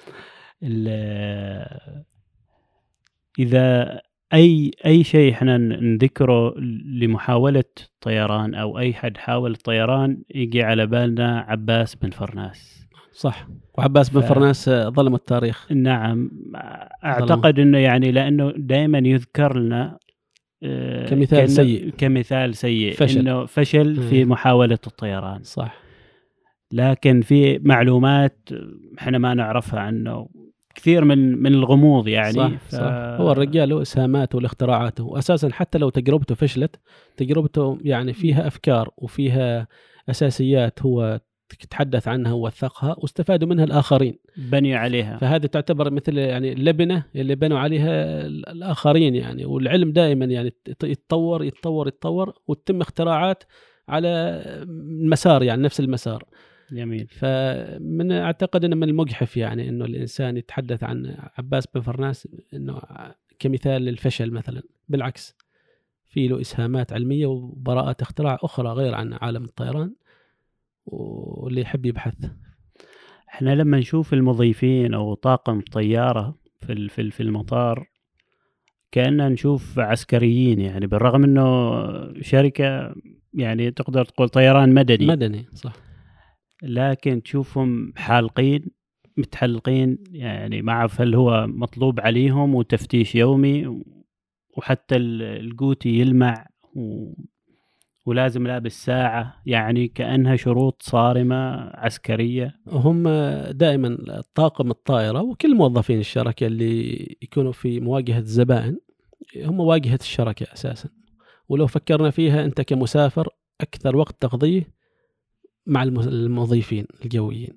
A: إذا أي أي شيء إحنا نذكره لمحاولة طيران أو أي حد حاول الطيران يجي على بالنا عباس بن فرناس.
B: صح. وعباس بن ف... فرناس ظلم التاريخ.
A: نعم. أعتقد ظلم. إنه يعني لأنه دائما يذكر لنا
B: كمثال سيء،
A: كمثال سيء
B: فشل.
A: إنه فشل
B: م.
A: في محاولة الطيران.
B: صح.
A: لكن في معلومات إحنا ما نعرفها عنه، كثير من من الغموض يعني.
B: صح.
A: ف...
B: صح. هو الرجال له اسهاماته والاختراعاته، واساسا حتى لو تجربته فشلت، تجربته يعني فيها افكار وفيها اساسيات هو تحدث عنها ووثقها واستفادوا منها الاخرين،
A: بنوا عليها.
B: فهذه تعتبر مثل يعني اللبنه اللي بنوا عليها الاخرين يعني. والعلم دائما يعني يتطور يتطور يتطور وتتم اختراعات على مسار يعني نفس المسار.
A: جميل.
B: فمن أعتقد أنه من المجحف يعني أنه الإنسان يتحدث عن عباس بن فرناس أنه كمثال للفشل مثلا. بالعكس، في له إسهامات علمية وبراءات اختراع أخرى غير عن عالم الطيران، واللي يحب يبحث.
A: إحنا لما نشوف المضيفين أو طاقم طيارة في ال- في ال- في المطار كأننا نشوف عسكريين، يعني بالرغم إنه شركة يعني تقدر تقول طيران مدني
B: مدني صح،
A: لكن تشوفهم حالقين متحلقين، يعني ما أعرف هل هو مطلوب عليهم وتفتيش يومي، وحتى ال- القوتي يلمع و... ولازم لابس ساعة، يعني كأنها شروط صارمة عسكرية.
B: هم دائما طاقم الطائرة وكل موظفين الشركة اللي يكونوا في مواجهة الزبائن هم واجهة الشركة أساسا. ولو فكرنا فيها أنت كمسافر أكثر وقت تقضيه مع الم- المضيفين الجويين،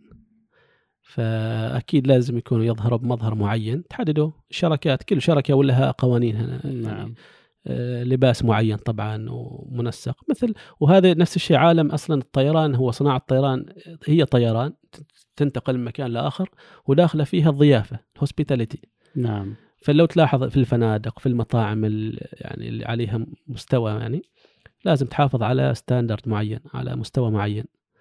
B: فأكيد لازم يكونوا يظهروا بمظهر معين تحدده الشركات، كل شركة ولها قوانينها يعني
A: نعم.
B: آه، لباس معين طبعا ومنسق مثل. وهذا نفس الشيء عالم أصلا الطيران، هو صناعة الطيران هي طيران تنتقل من مكان لآخر وداخله فيها الضيافة hospitality.
A: نعم.
B: فلو تلاحظ في الفنادق في المطاعم ال- يعني اللي عليها مستوى، يعني لازم تحافظ على ستاندرد معين على مستوى معين،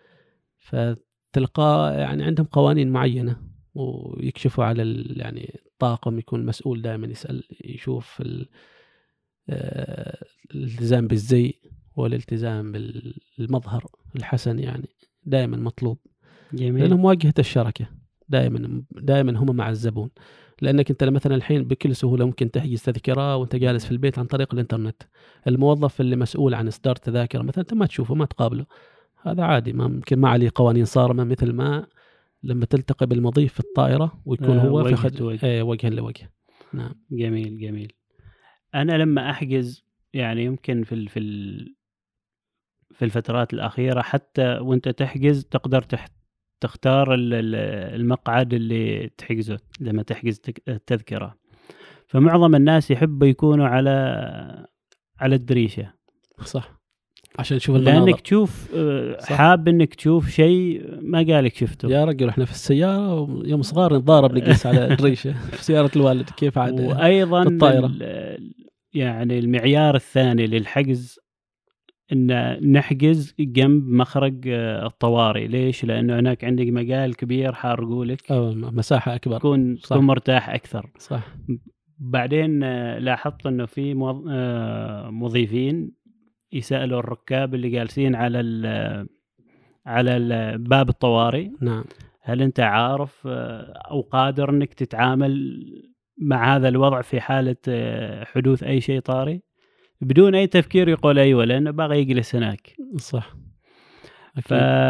B: فتلقى يعني عندهم قوانين معينة ويكشفوا على ال- يعني الطاقم يكون مسؤول دائما يسأل يشوف ال- آه، الالتزام بالزي والالتزام بالمظهر الحسن، يعني دائما مطلوب
A: جميل.
B: لأنهم مواجهة الشركة دائما دائما هم مع الزبون. لأنك أنت مثلا الحين بكل سهولة ممكن تحجز تذكرة وأنت جالس في البيت عن طريق الإنترنت. الموظف اللي مسؤول عن إصدار تذاكر مثلا أنت ما تشوفه ما تقابله، هذا عادي، ما ممكن ما عليه قوانين صارمة مثل ما لما تلتقي بالمضيف في الطائرة ويكون
A: آه،
B: هو في
A: وجه
B: خد...
A: لوجه.
B: آه وجها لوجه. نعم.
A: جميل جميل. أنا لما أحجز يعني يمكن في ال- في ال- في الفترات الأخيرة حتى وأنت تحجز تقدر تح- تختار ال- ال- المقعد اللي تحجزه لما تحجز تك- التذكرة. فمعظم الناس يحبوا يكونوا على على الدريشة
B: صح، عشان نشوف المناظر.
A: لأنك تشوف آه،
B: صح.
A: حاب إنك تشوف شيء ما قالك شفته.
B: يا رجل احنا في السيارة يوم صغار نتضارب نجلس على الدريشة في سيارة الوالد، كيف عاد
A: وأيضا
B: في الطائرة.
A: ال- يعني المعيار الثاني للحجز إن نحجز جنب مخرج آه، الطوارئ. ليش؟ لأنه هناك عندك مجال كبير حارقوا لك،
B: أو مساحة أكبر.
A: تكون
B: صح.
A: تكون مرتاح أكثر.
B: صح.
A: بعدين آه، لاحظت إنه في موظ- آه، مضيفين يسألوا الركاب اللي جالسين على ال على ال- باب الطوارئ،
B: نعم.
A: هل أنت عارف آه، أو قادر إنك تتعامل مع هذا الوضع في حالة آه، حدوث أي شيء طارئ؟ بدون أي تفكير يقول أيوة، لأنه باغي يجلس هناك.
B: صح.
A: ف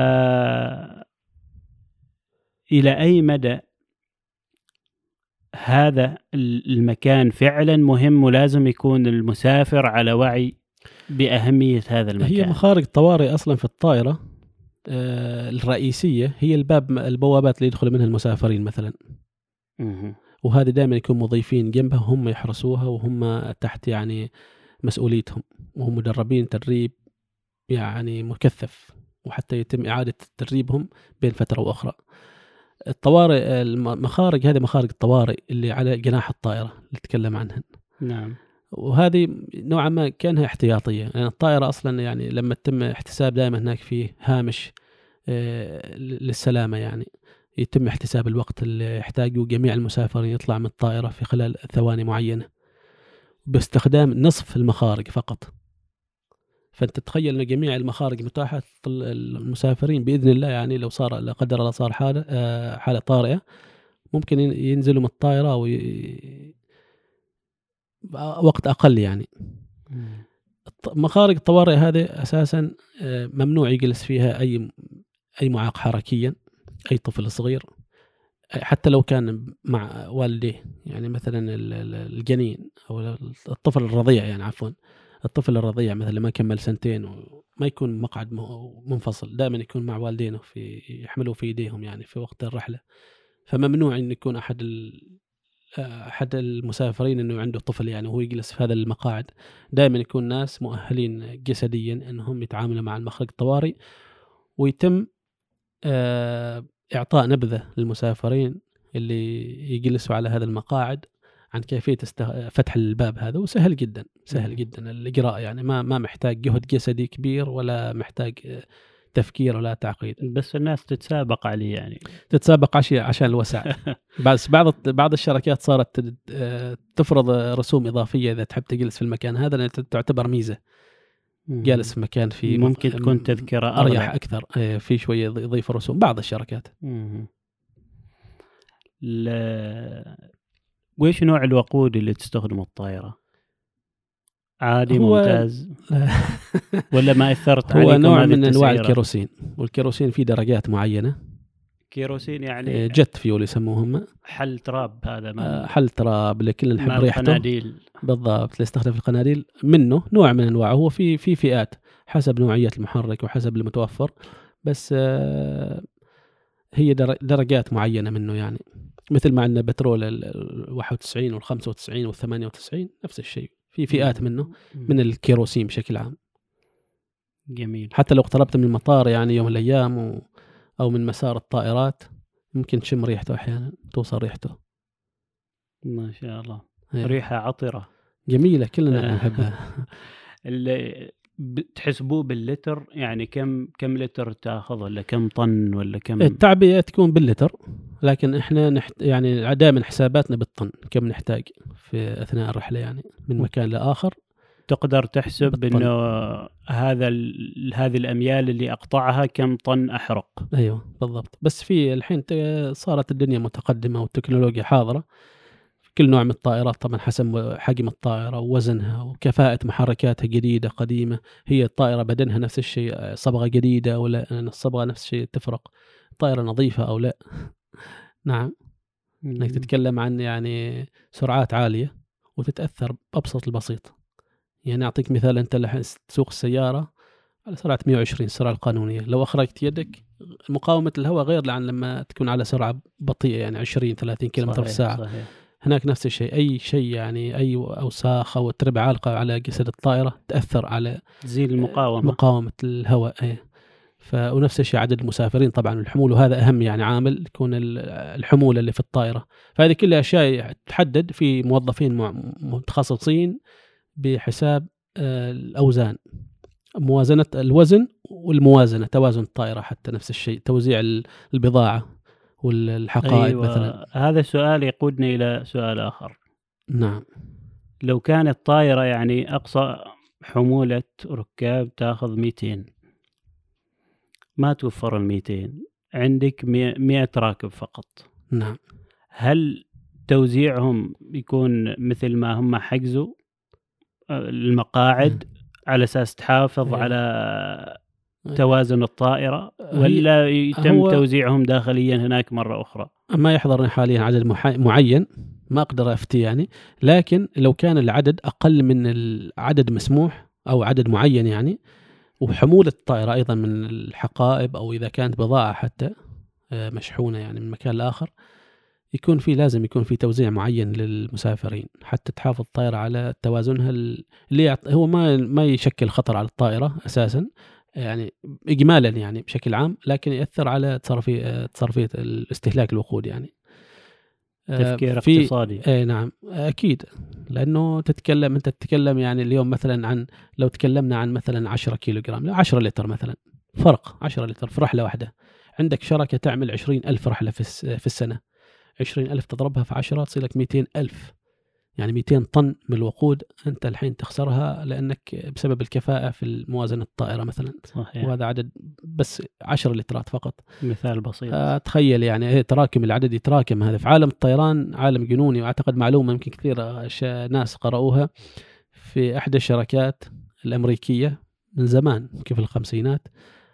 A: إلى أي مدى هذا المكان فعلا مهم ولازم يكون المسافر على وعي بأهمية هذا المكان؟
B: هي مخارج الطوارئ أصلا في الطائرة آه الرئيسية هي الباب البوابات اللي يدخل منها المسافرين مثلا.
A: مه.
B: وهذه دائما يكون مضيفين جنبها هم يحرسوها وهم تحت يعني مسؤوليتهم، وهم مدربين تدريب يعني مكثف، وحتى يتم إعادة تدريبهم بين فترة وأخرى. الطوارئ المخارج هذه مخارج الطوارئ اللي على جناح الطائرة اللي تكلم عنها.
A: نعم.
B: وهذه نوعا ما كانها احتياطية، لأن يعني الطائرة أصلا يعني لما تتم احتساب دائما هناك فيه هامش آه للسلامة، يعني يتم احتساب الوقت اللي يحتاجه جميع المسافرين يطلع من الطائرة في خلال ثواني معينة باستخدام نصف المخارج فقط. فأنت تتخيل أن جميع المخارج متاحة للمسافرين بإذن الله، يعني لو صار لا قدر الله صار حالة آه حالة طارئة ممكن ينزلوا من الطائرة وي... وقت أقل يعني. مخارج الطوارئ هذه أساسا ممنوع يجلس فيها أي أي معاق حركيا، أي طفل صغير حتى لو كان مع والديه، يعني مثلا الجنين أو الطفل الرضيع، يعني عفوا الطفل الرضيع مثلا ما كمل سنتين وما يكون مقعد منفصل، دائما يكون مع والدينه في يحملوا في يديهم يعني في وقت الرحلة. فممنوع أن يكون أحد ال أحد المسافرين أنه عنده طفل يعني وهو يجلس في هذا المقاعد. دائما يكون ناس مؤهلين جسديا أنهم يتعاملوا مع المخرج الطوارئ، ويتم إعطاء نبذة للمسافرين اللي يجلسوا على هذا المقاعد عن كيفية فتح الباب هذا. وسهل جدا سهل جدا الإجراء، يعني ما ما محتاج جهد جسدي كبير ولا محتاج تفكير ولا تعقيد.
A: بس الناس تتسابق عليه يعني
B: تتسابق عشان عشان الوسع. بس بعض بعض الشركات صارت تفرض رسوم إضافية إذا تحب تجلس في المكان هذا، لأن تعتبر ميزة. جالس في مكان في
A: ممكن تكون تذكرة
B: أريح أكثر، في شوية يضيف رسوم بعض الشركات.
A: ل... وإيش نوع الوقود اللي تستخدمه الطائرة؟ عادي ممتاز ولا ما أثرت عليكم؟
B: هو نوع من أنواع الكيروسين، والكيروسين في درجات معينة.
A: كيروسين يعني
B: جت فيول يسموهم،
A: حل تراب. هذا ما
B: حل تراب لكل نحب ريحته.
A: القناديل
B: بالضبط، اللي يستخدم في القناديل منه نوع من أنواعه. هو في في فئات حسب نوعية المحرك وحسب المتوفر، بس هي درجات معينة منه يعني. مثل ما عندنا بترول الواحد وتسعين والخمسة وتسعين والثمانية وتسعين نفس الشيء، في فئات منه من الكيروسين بشكل عام.
A: جميل.
B: حتى لو اقتربت من المطار يعني يوم من الأيام و... أو من مسار الطائرات ممكن تشم ريحته أحيانا، توصل ريحته.
A: ما شاء الله. هي. ريحة عطرة
B: جميلة كلنا نحبها.
A: اللي بتحسبوه باللتر يعني كم كم لتر تاخذ ولا كم طن ولا كم؟
B: التعبئة تكون باللتر، لكن احنا نحت... يعني دائما حساباتنا بالطن، كم نحتاج في أثناء الرحلة يعني من مكان لآخر.
A: تقدر تحسب بالطن. إنه هذا ال... هذه الأميال اللي أقطعها كم طن أحرق.
B: أيوة بالضبط. بس في الحين صارت الدنيا متقدمة والتكنولوجيا حاضرة. كل نوع من الطائرات طبعا حسب حجم الطائرة ووزنها وكفاءة محركاتها جديدة قديمة. هي الطائرة بدنها نفس الشيء، صبغة جديدة ولا الصبغة نفس الشيء، تفرق. طائرة نظيفة أو لا. نعم. انك تتكلم عن يعني سرعات عالية وتتأثر بأبسط البسيط. يعني أعطيك مثال، أنت اللي تسوق السيارة على سرعة مئة وعشرين السرعة القانونية، لو أخرجت يدك مقاومة الهواء غير عن لما تكون على سرعة بطيئة يعني عشرين ثلاثين كيلومتر في الساعة. صحيح. هناك نفس الشيء، أي شيء يعني أي أوساخ أو تربة عالقة على جسد الطائرة تأثر على
A: تزيد المقاومة
B: مقاومة الهواء. أيه. ف ونفس الشيء عدد المسافرين طبعا والحمول، وهذا أهم يعني عامل يكون الحمولة اللي في الطائرة. فهذه كلها أشياء تحدد في موظفين متخصصين بحساب الأوزان، موازنة الوزن والموازنة، توازن الطائرة، حتى نفس الشيء توزيع البضاعة والحقائب. أيوة. مثلا
A: هذا السؤال يقودني إلى سؤال آخر.
B: نعم.
A: لو كانت طائرة يعني أقصى حمولة ركاب تأخذ مئتين، ما توفر المئتين، عندك مئة راكب فقط.
B: نعم.
A: هل توزيعهم يكون مثل ما هم حجزوا المقاعد على أساس تحافظ أيوة. على توازن الطائرة، ولا يتم توزيعهم داخليا هناك مرة أخرى؟
B: ما يحضرني حاليا عدد معين، ما أقدر أفتي يعني. لكن لو كان العدد أقل من العدد مسموح أو عدد معين يعني، وحمولة الطائرة أيضا من الحقائب أو إذا كانت بضاعة حتى مشحونة يعني من مكان لآخر، يكون في لازم يكون في توزيع معين للمسافرين حتى تحافظ الطائرة على توازنها اللي هو ما ما يشكل خطر على الطائرة أساسا يعني إجمالا يعني بشكل عام، لكن يأثر على تصرفية تصرفية الاستهلاك الوقود يعني.
A: تفكير اقتصادي.
B: اي نعم اكيد، لانه تتكلم انت تتكلم يعني اليوم مثلا عن لو تكلمنا عن مثلا عشرة كيلو جرام، لا عشرة لتر مثلا، فرق عشرة لتر في رحله واحده. عندك شركه تعمل عشرين ألف رحله في في السنه، عشرين ألف تضربها في عشرة تصير لك مئتين ألف، يعني مئتين طن من الوقود انت الحين تخسرها لانك بسبب الكفاءه في موازنه الطائره مثلا.
A: صحيح.
B: وهذا عدد بس عشرة لترات فقط،
A: مثال بسيط.
B: تخيل يعني تراكم العدد يتراكم. هذا في عالم الطيران عالم جنوني. واعتقد معلومه يمكن كثير ناس قرأوها في احدى الشركات الامريكيه من زمان كيف الخمسينات،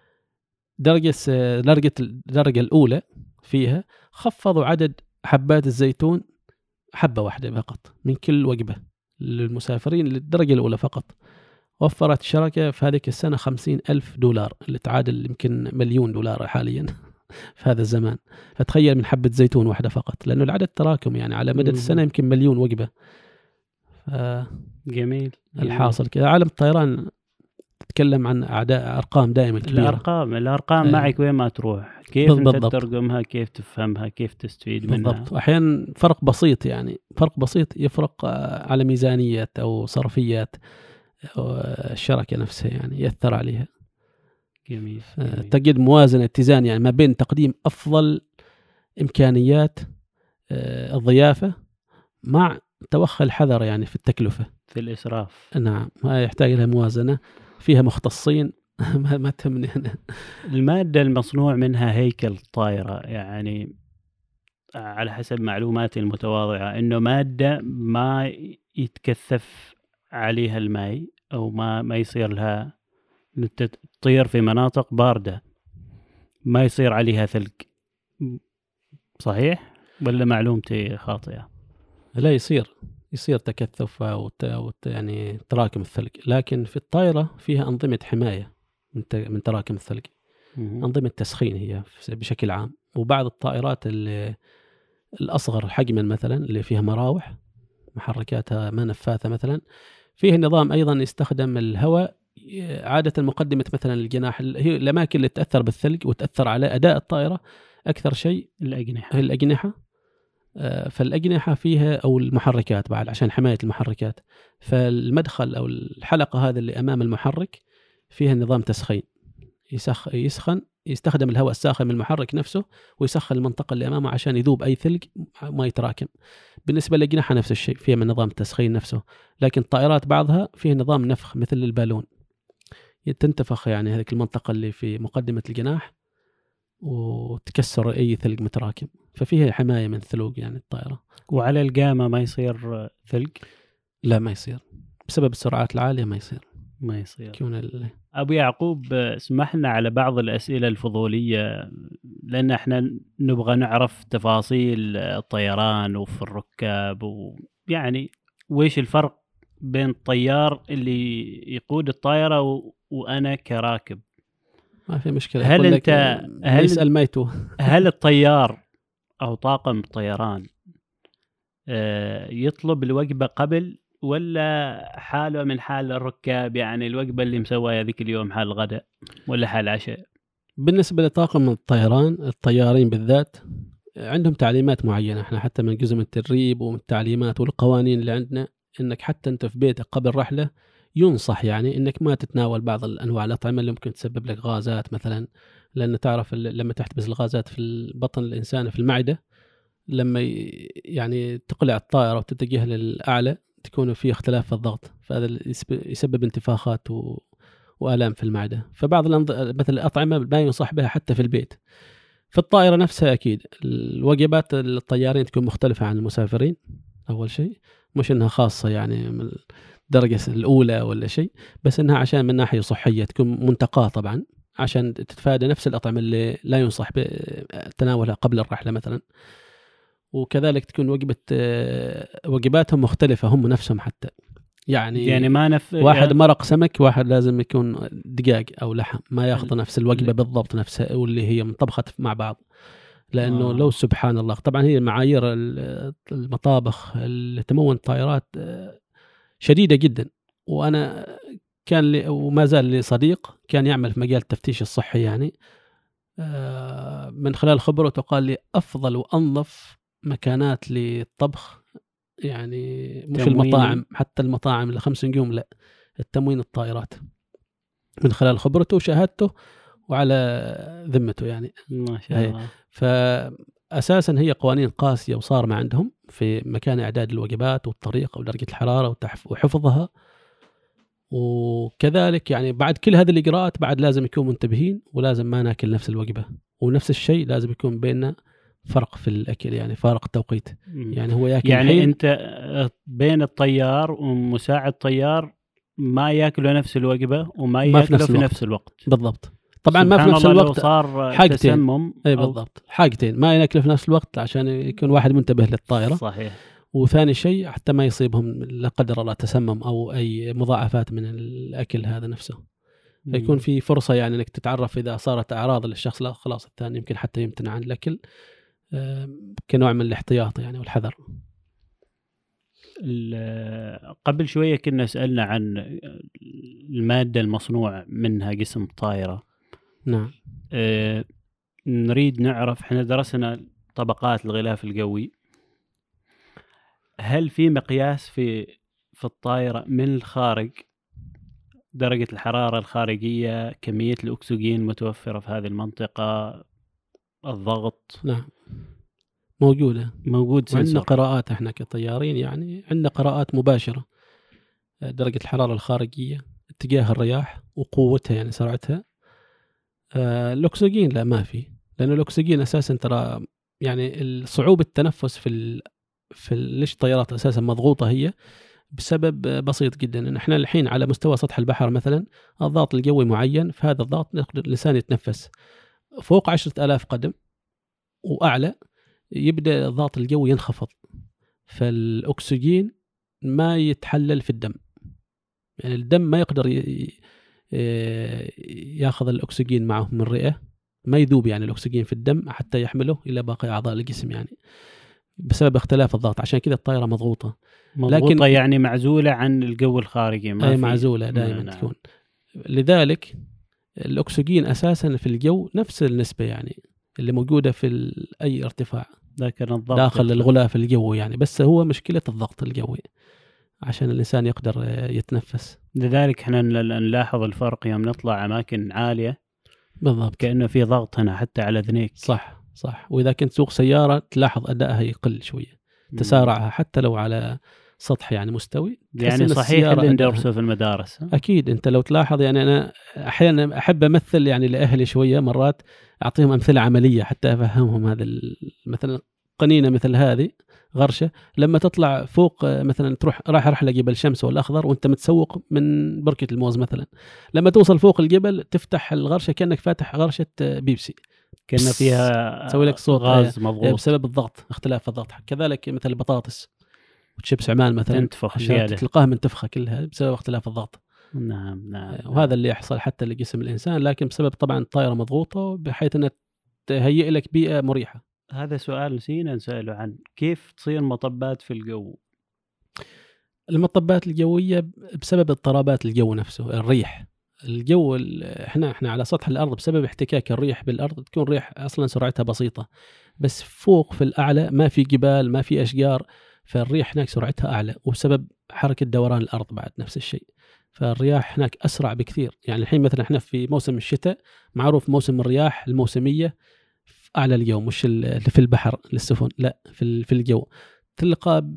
B: درجه درجه الدرجه الاولى فيها خفضوا عدد حبات الزيتون حبة واحدة فقط من كل وجبة للمسافرين للدرجة الأولى فقط. وفرت الشركة في هذه السنة خمسين ألف دولار اللي تعادل يمكن مليون دولار حاليا في هذا الزمان. فتخيل من حبة زيتون واحدة فقط، لأنه العدد تراكم يعني على مدى السنة يمكن مليون وجبة. ف...
A: جميل.
B: الحاصل كذا عالم الطيران تتكلم عن أعداء أرقام دائما كبيرة.
A: الأرقام الأرقام آه. معك وين ما تروح، كيف أنت تترجمها، كيف تفهمها، كيف تستفيد منها.
B: بالضبط. أحيانا فرق بسيط يعني فرق بسيط يفرق على ميزانية أو صرفيات أو الشركة نفسها يعني يأثر عليها.
A: جميل.
B: آه، تجد موازنة اتزان يعني ما بين تقديم أفضل إمكانيات آه، الضيافة مع توخى الحذر يعني في التكلفة
A: في الإسراف.
B: نعم، ما يحتاج لها موازنة فيها مختصين ما ما تهمني أنا.
A: المادة المصنوع منها هيكل الطائرة يعني على حسب معلوماتي المتواضعة إنه مادة ما يتكثف عليها الماء أو ما ما يصير لها تطير في مناطق باردة، ما يصير عليها ثلج، صحيح ولا معلومتي خاطئة؟
B: لا، يصير يصير تكثف وت... وت... يعني تراكم الثلج، لكن في الطائرة فيها أنظمة حماية من, ت... من تراكم الثلج،
A: مهم.
B: أنظمة تسخين هي بشكل عام. وبعض الطائرات اللي الأصغر حجما مثلا اللي فيها مراوح محركاتها ما نفاثة مثلا، فيه نظام أيضا يستخدم الهواء عادة مقدمة مثلا الجناح، هي الأماكن اللي تأثر بالثلج وتأثر على أداء الطائرة أكثر شيء
A: الأجنحة.
B: هي الأجنحة. فالأجنحة فيها أو المحركات بعد عشان حماية المحركات، فالمدخل أو الحلقة هذا اللي أمام المحرك فيها نظام تسخين، يسخ يسخن يستخدم الهواء الساخن من المحرك نفسه ويسخن المنطقة اللي أمامه عشان يذوب أي ثلج ما يتراكم. بالنسبة للأجنحة نفس الشيء، فيها من نظام التسخين نفسه، لكن الطائرات بعضها فيها نظام نفخ مثل البالون، تنتفخ يعني هذه المنطقة اللي في مقدمة الجناح وتكسر أي ثلج متراكم، ففيها حماية من الثلوج يعني الطائرة.
A: وعلى القامة ما يصير ثلج؟
B: لا ما يصير، بسبب السرعات العالية ما يصير
A: ما يصير.
B: كون ال...
A: أبو يعقوب اسمح لنا على بعض الأسئلة الفضولية، لأن احنا نبغى نعرف تفاصيل الطيران وفي الركاب، ويعني وإيش الفرق بين الطيار اللي يقود الطائرة و... وأنا كراكب.
B: ما في مشكلة.
A: هل أنت
B: هل يسأل ما يتوه
A: هل الطيار أو طاقم الطيران يطلب الوجبة قبل ولا حاله من حال الركاب، يعني الوجبة اللي مسويها ذيك اليوم حال الغداء ولا حال عشاء؟
B: بالنسبة لطاقم الطيران الطيارين بالذات عندهم تعليمات معينة، احنا حتى من جزء من التدريب ومن التعليمات والقوانين اللي عندنا انك حتى انت في بيتك قبل رحلة ينصح يعني انك ما تتناول بعض الانواع الاطعمة اللي ممكن تسبب لك غازات مثلا، لان تعرف لما تحتبس الغازات في البطن الانسان في المعدة لما يعني تقلع الطائرة وتتجه للأعلى تكون في اختلاف في الضغط، فهذا يسبب انتفاخات و... وآلام في المعدة. فبعض الأنظ... مثل الأطعمة ما ينصح بها حتى في البيت. في الطائرة نفسها أكيد الوجبات الطيارين تكون مختلفة عن المسافرين، أول شيء مش إنها خاصة يعني من الدرجة الأولى ولا شيء، بس إنها عشان من ناحية صحية تكون منتقاة طبعا عشان تتفادى نفس الأطعمة اللي لا ينصح بتناولها قبل الرحلة مثلا. وكذلك تكون وجبة وجباتهم مختلفة هم نفسهم حتى، يعني
A: يعني ما نف...
B: واحد مرق سمك واحد لازم يكون دجاج أو لحم، ما ياخذ نفس الوجبة بالضبط نفسها واللي هي منطبخة مع بعض، لأنه آه. لو سبحان الله طبعا هي معايير المطابخ اللي تمون الطائرات شديدة جدا. وأنا كان لي وما زال لي صديق كان يعمل في مجال التفتيش الصحي يعني من خلال خبرته قال لي أفضل وأنظف مكانات للطبخ يعني مش المطاعم، حتى المطاعم اللي خمس نجوم لا، التموين الطائرات من خلال خبرته وشهادته وعلى ذمته يعني
A: ما شاء الله.
B: فأساسا هي قوانين قاسية وصارمة عندهم في مكان إعداد الوجبات والطريقة ودرجة الحرارة وحفظها، وكذلك يعني بعد كل هذه الإجراءات بعد لازم يكون منتبهين ولازم ما ناكل نفس الوجبة، ونفس الشيء لازم يكون بيننا فرق في الأكل يعني فارق التوقيت، يعني هو يأكل
A: يعني
B: حين
A: أنت بين الطيار ومساعد طيار ما يأكلوا نفس الوجبة وما يأكلوا في نفس, في نفس الوقت
B: بالضبط. طبعا ما في نفس الوقت
A: صار
B: حاجتين
A: تسمم
B: اي بالضبط حاجتين، ما يأكلوا في نفس الوقت عشان يكون واحد منتبه للطائرة
A: صحيح،
B: وثاني شيء حتى ما يصيبهم لا قدر الله تسمم أو أي مضاعفات من الأكل هذا نفسه، فيكون في فرصة يعني أنك تتعرف إذا صارت أعراض للشخص لا خلاص الثاني يمكن حتى يمتنع عن الأكل كنوع من الاحتياط يعني والحذر.
A: قبل شوية كنا سألنا عن المادة المصنوع منها جسم الطائرة.
B: نعم.
A: أه نريد نعرف، احنا درسنا طبقات الغلاف الجوي، هل في مقياس في في الطائرة من الخارج درجة الحرارة الخارجية، كمية الأكسجين المتوفرة في هذه المنطقة، الضغط.
B: نعم موجودة،
A: موجود
B: وعندنا
A: سنسور.
B: قراءات احنا كطيارين، يعني عندنا قراءات مباشرة درجة الحرارة الخارجية، اتجاه الرياح وقوتها يعني سرعتها. آه الأكسجين لا ما في، لأن الأكسجين أساسا ترى يعني صعوبة التنفس في ال... في ال... ليش الطيارات أساسا مضغوطة هي بسبب بسيط جدا، إن إحنا الحين على مستوى سطح البحر مثلا الضغط الجوي معين، في هذا الضغط نقدر الإنسان يتنفس. فوق عشرة آلاف قدم وأعلى يبدأ الضغط الجوي ينخفض، فالأكسجين ما يتحلل في الدم، يعني الدم ما يقدر ي... ياخذ الأكسجين معه من الرئة، ما يذوب يعني الأكسجين في الدم حتى يحمله إلى باقي أعضاء الجسم، يعني بسبب اختلاف الضغط. عشان كذا الطائرة مضغوطة.
A: مضغوطة
B: لكن
A: يعني معزولة عن الجو الخارجي، ما
B: أي
A: في
B: معزولة دائما
A: نعم.
B: تكون. لذلك الأكسجين أساسا في الجو نفس النسبة يعني اللي موجودة في أي ارتفاع،
A: لكن الضغط
B: داخل
A: يختلف.
B: الغلاف الجوي يعني، بس هو مشكلة الضغط الجوي عشان الإنسان يقدر يتنفس.
A: لذلك احنا نلاحظ الفرق يوم نطلع أماكن عالية،
B: بالضبط،
A: كأنه في ضغط هنا حتى على ذنيك.
B: صح صح. وإذا كنت تسوق سيارة تلاحظ أدائها يقل شوية، تسارعها حتى لو على سطح يعني مستوي.
A: يعني صحيح اللي ندرسه في المدارس.
B: أكيد أنت لو تلاحظ، يعني أنا أحيانا أحب أمثل يعني لأهلي شوية، مرات أعطيهم أمثلة عملية حتى أفهمهم. هذا مثلا قنينة مثل هذه غرشة، لما تطلع فوق مثلا تروح رايح رحلة جبل شمس والأخضر وأنت متسوق من بركة الموز مثلا، لما توصل فوق الجبل تفتح الغرشة كأنك فاتح غرشة بيبسي،
A: كأن فيها
B: تسوي لك صوت
A: غاز مضغوط
B: بسبب الضغط، اختلاف الضغط. كذلك مثل البطاطس وتشيبس عمان مثلا
A: تنتفخ
B: عشان
A: زيادة،
B: تلقاها منتفخة كلها بسبب اختلاف الضغط.
A: نعم نعم.
B: وهذا اللي يحصل حتى لجسم الإنسان، لكن بسبب طبعا الطائرة مضغوطة بحيث أنها تهيئ لك بيئة مريحة.
A: هذا سؤال نسينا نسأله عن كيف تصير مطبات في الجو.
B: المطبات الجوية بسبب اضطرابات الجو نفسه، الريح. الجو احنا احنا على سطح الأرض بسبب احتكاك الريح بالأرض تكون ريح أصلا سرعتها بسيطة، بس فوق في الأعلى ما في جبال ما في أشجار، فالريح هناك سرعتها أعلى، وبسبب حركة دوران الأرض بعد نفس الشيء، فالرياح هناك أسرع بكثير. يعني الحين مثلا احنا في موسم الشتاء، معروف موسم الرياح الموسمية في أعلى الجو، مش في البحر للسفن، لا في في الجو تلقى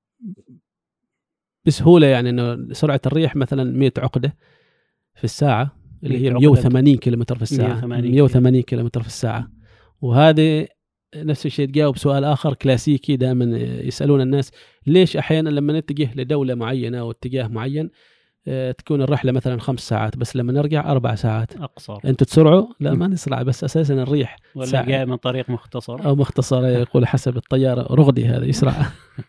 B: بسهولة، يعني إنه سرعة الريح مثلا مئة عقدة في الساعة، اللي هي مئة وثمانين كيلومتر في الساعة، مئة وثمانين كيلومتر في الساعة. وهذه نفس الشيء تجاوب سؤال آخر كلاسيكي دائما يسألون الناس، ليش أحيانا لما نتجه لدولة معينة أو اتجاه معين تكون الرحلة مثلا خمس ساعات، بس لما نرجع أربع ساعات
A: أقصر؟ أنتوا
B: تسرعوا؟ لا ما نسرع، بس أساسا الريح
A: ولا جاي من طريق مختصر
B: أو مختصر، يقول حسب الطيارة رغدي هذا يسرع.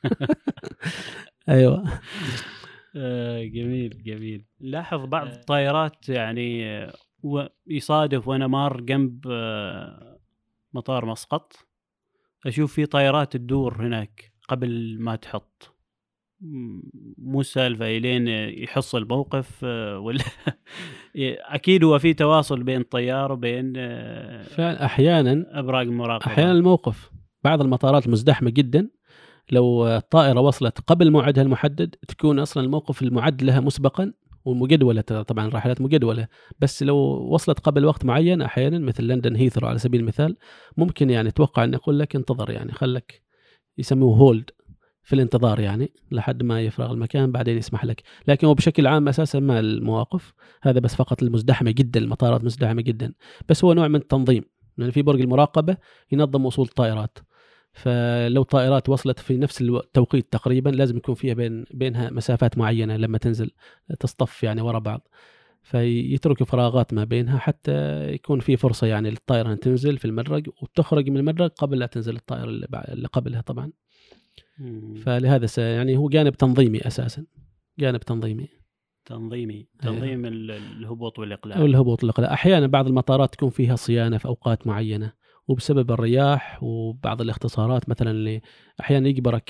B: أيوة.
A: آه جميل جميل. لاحظ بعض الطائرات يعني ويصادف وأنا مار جنب مطار مسقط أشوف في طائرات تدور هناك قبل ما تحط، مو سالفة إلين يحصل الموقف ولا أكيد هو في تواصل بين الطيار وبين
B: فعلا أحيانا
A: أبراج المراقبة.
B: أحيانا الموقف بعض المطارات مزدحمة جدا، لو الطائرة وصلت قبل موعدها المحدد تكون أصلا الموقف المعد لها مسبقا ومجدولة، طبعا الرحلات مجدولة، بس لو وصلت قبل وقت معين أحيانا مثل لندن هيثرو على سبيل المثال، ممكن يعني توقع أن يقول لك انتظر، يعني خلك يسموه هولد في الانتظار يعني لحد ما يفرغ المكان بعدين يسمح لك. لكن هو بشكل عام أساسا ما المواقف هذا، بس فقط المزدحمة جدا، المطارات مزدحمة جدا، بس هو نوع من التنظيم، لأن يعني في برج المراقبة ينظم وصول الطائرات، فلو طائرات وصلت في نفس التوقيت تقريبا لازم يكون فيها بين بينها مسافات معينة لما تنزل تصطف يعني وراء بعض، فيترك فراغات ما بينها حتى يكون في فرصة يعني للطائرة أن تنزل في المدرج وتخرج من المدرج قبل لا تنزل الطائرة اللي قبلها طبعا. فلهذا يعني هو جانب تنظيمي أساسا، جانب تنظيمي
A: تنظيمي تنظيم أيوة. الهبوط والإقلاع
B: والهبوط والإقلاع. أحيانا بعض المطارات تكون فيها صيانة في أوقات معينة، وبسبب الرياح وبعض الاختصارات مثلا اللي أحيانا يجبرك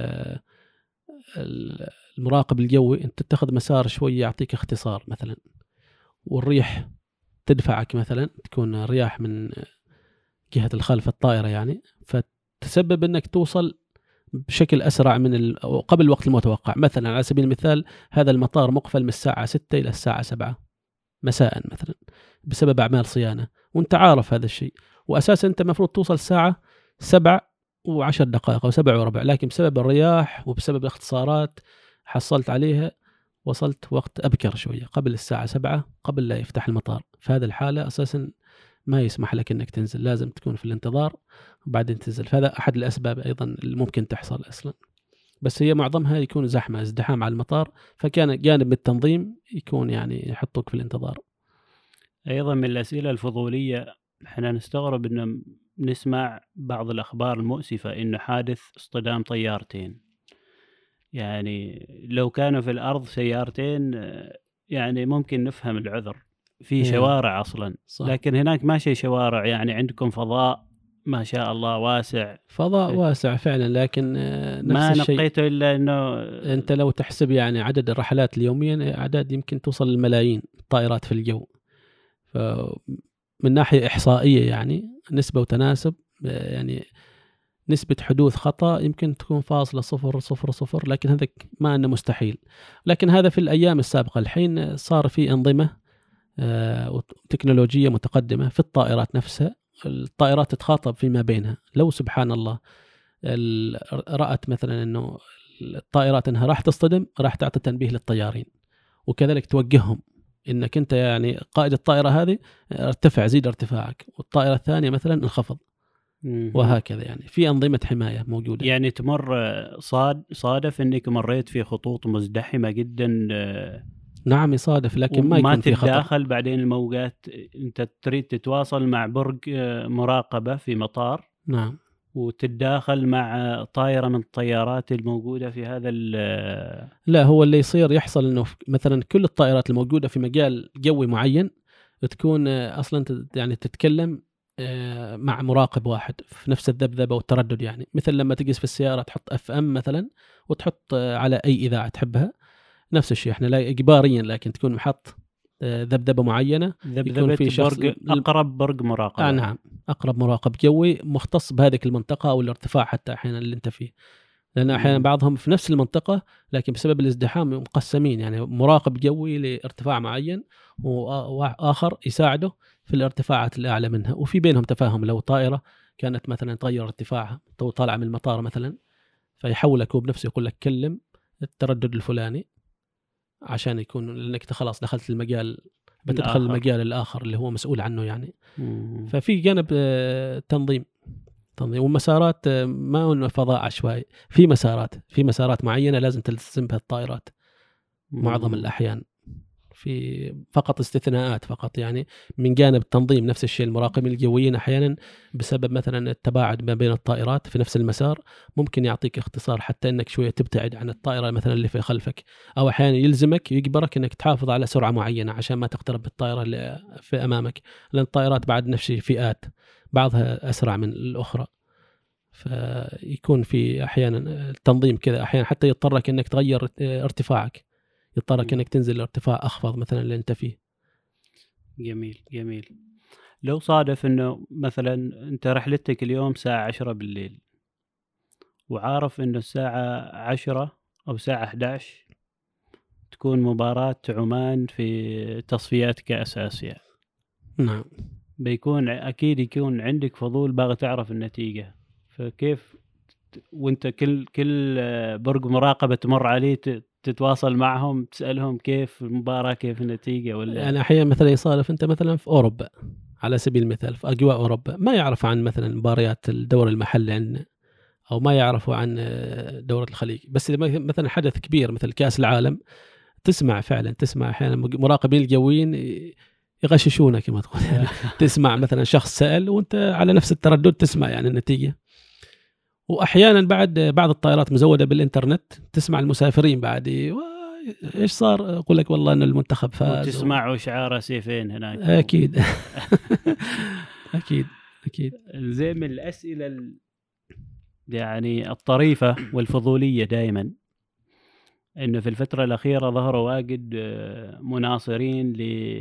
B: المراقب الجوي أنت تتخذ مسار شوية يعطيك اختصار مثلا، والريح تدفعك مثلا، تكون رياح من جهة الخلف الطائرة يعني، فتسبب أنك توصل بشكل أسرع من ال... أو قبل الوقت المتوقع. مثلا على سبيل المثال هذا المطار مقفل من الساعة ستة إلى الساعة سبعة مساء مثلا بسبب أعمال صيانة، وأنت عارف هذا الشيء، وأساسا أنت المفروض توصل الساعة سبعة وعشر دقائق أو سبعة وربع، لكن بسبب الرياح وبسبب الاختصارات حصلت عليها وصلت وقت أبكر شوية قبل الساعة سبعة، قبل لا يفتح المطار. في هذه الحالة أساسا ما يسمح لك أنك تنزل، لازم تكون في الانتظار وبعدين تنزل. فهذا أحد الأسباب أيضا اللي ممكن تحصل أصلا، بس هي معظمها يكون زحمة ازدحام على المطار، فكان جانب التنظيم يكون يعني يحطوك في الانتظار.
A: أيضا من الأسئلة الفضولية، احنا نستغرب أن نسمع بعض الأخبار المؤسفة إنه حادث اصطدام طيارتين. يعني لو كانوا في الأرض سيارتين يعني ممكن نفهم العذر، في شوارع أصلا صح. لكن هناك ما شيء شوارع، يعني عندكم فضاء ما شاء الله واسع،
B: فضاء واسع فعلا، لكن نفس
A: ما
B: الشيء
A: نقيته إلا أنه
B: أنت لو تحسب يعني عدد الرحلات اليوميا أعداد يمكن توصل للملايين الطائرات في الجو، فمن ناحية إحصائية يعني نسبة وتناسب، يعني نسبة حدوث خطأ يمكن تكون فاصلة صفر صفر صفر، لكن هذا ما أنه مستحيل. لكن هذا في الأيام السابقة، الحين صار في أنظمة وتكنولوجية متقدمة في الطائرات نفسها، الطائرات تتخاطب فيما بينها. لو سبحان الله رأت مثلا أنه الطائرات أنها راح تصطدم، راح تعطي تنبيه للطيارين، وكذلك توجههم إنك أنت يعني قائد الطائرة هذه ارتفع، زيد ارتفاعك، والطائرة الثانية مثلا انخفض، وهكذا. يعني في أنظمة حماية موجودة.
A: يعني تمر صاد صادف إنك مريت في خطوط مزدحمة جدا؟
B: نعم يصادف، لكن ما يكون في خطر.
A: تتداخل بعدين الموجات، أنت تريد تتواصل مع برج مراقبة في مطار،
B: نعم،
A: وتتداخل مع طائرة من الطيارات الموجودة في هذا.
B: لا، هو اللي يصير يحصل إنه مثلا كل الطائرات الموجودة في مجال جوي معين تكون أصلا يعني تتكلم مع مراقب واحد في نفس الذبذبة والتردد. يعني مثل لما تجلس في السيارة تحط اف ام مثلا وتحط على أي إذاعة تحبها، نفس الشيء احنا لا إجباريا، لكن تكون محط ذبذبة معينة،
A: يكون في شخص أقرب برج مراقبة.
B: آه نعم، أقرب مراقب جوي مختص بهذه المنطقة أو الارتفاع حتى أحيانا اللي أنت فيه، لأن أحيانا بعضهم في نفس المنطقة لكن بسبب الازدحام مقسمين، يعني مراقب جوي لارتفاع معين وآخر يساعده في الارتفاعات الأعلى منها، وفي بينهم تفاهم. لو طائرة كانت مثلا تغير ارتفاعها تو طالع من المطار مثلا، فيحولك هو بنفسه يقول لك كلم التردد الفلاني عشان يكون، لأنك خلاص دخلت المجال، بتدخل الآخر. المجال الآخر اللي هو مسؤول عنه يعني. مم. ففي جانب تنظيم تنظيم ومسارات، ما هو فضاء عشوائي، في مسارات في مسارات معينة لازم تلتزم بها الطائرات. مم. معظم الأحيان في فقط استثناءات فقط، يعني من جانب التنظيم نفس الشيء. المراقبين الجويين أحيانا بسبب مثلا التباعد ما بين الطائرات في نفس المسار ممكن يعطيك اختصار حتى أنك شوية تبتعد عن الطائرة مثلا اللي في خلفك، أو أحيانا يلزمك يجبرك أنك تحافظ على سرعة معينة عشان ما تقترب بالطائرة اللي في أمامك، لأن الطائرات بعد نفس فئات، بعضها أسرع من الأخرى، فيكون في أحيانا التنظيم كذا. أحيانا حتى يضطرك أنك تغير ارتفاعك، يضطرك انك تنزل لارتفاع اخفض مثلا اللي انت فيه.
A: جميل جميل. لو صادف انه مثلا انت رحلتك اليوم الساعة عشرة بالليل، وعارف انه الساعة عشرة او الساعة أحد عشر تكون مباراة عمان في تصفيات كأس آسيا.
B: نعم.
A: بيكون اكيد يكون عندك فضول باغي تعرف النتيجة، فكيف وانت كل كل برج مراقبة تمر عليه تتواصل معهم تسألهم كيف المباراة كيف النتيجة؟ ولا
B: يعني أحيانا مثلا يصادف أنت مثلا في أوروبا على سبيل المثال، في أجواء أوروبا ما يعرف عن مثلا مباريات الدوري المحلي عندنا، أو ما يعرفوا عن دورة الخليج، بس إذا مثلا حدث كبير مثل كأس العالم تسمع فعلا، تسمع أحيانا مراقبين الجويين يغششونك كما تقول يعني تسمع مثلا شخص سأل وأنت على نفس التردد تسمع يعني النتيجة. وأحيانا بعد بعض الطائرات مزودة بالإنترنت تسمع المسافرين بعد إيش صار، أقول لك والله أن المنتخب فاز،
A: وتسمعوا شعار سيفين هناك.
B: أكيد أكيد أكيد.
A: زي من الأسئلة يعني الطريفة والفضولية دائما، إنه في الفترة الأخيرة ظهروا واجد مناصرين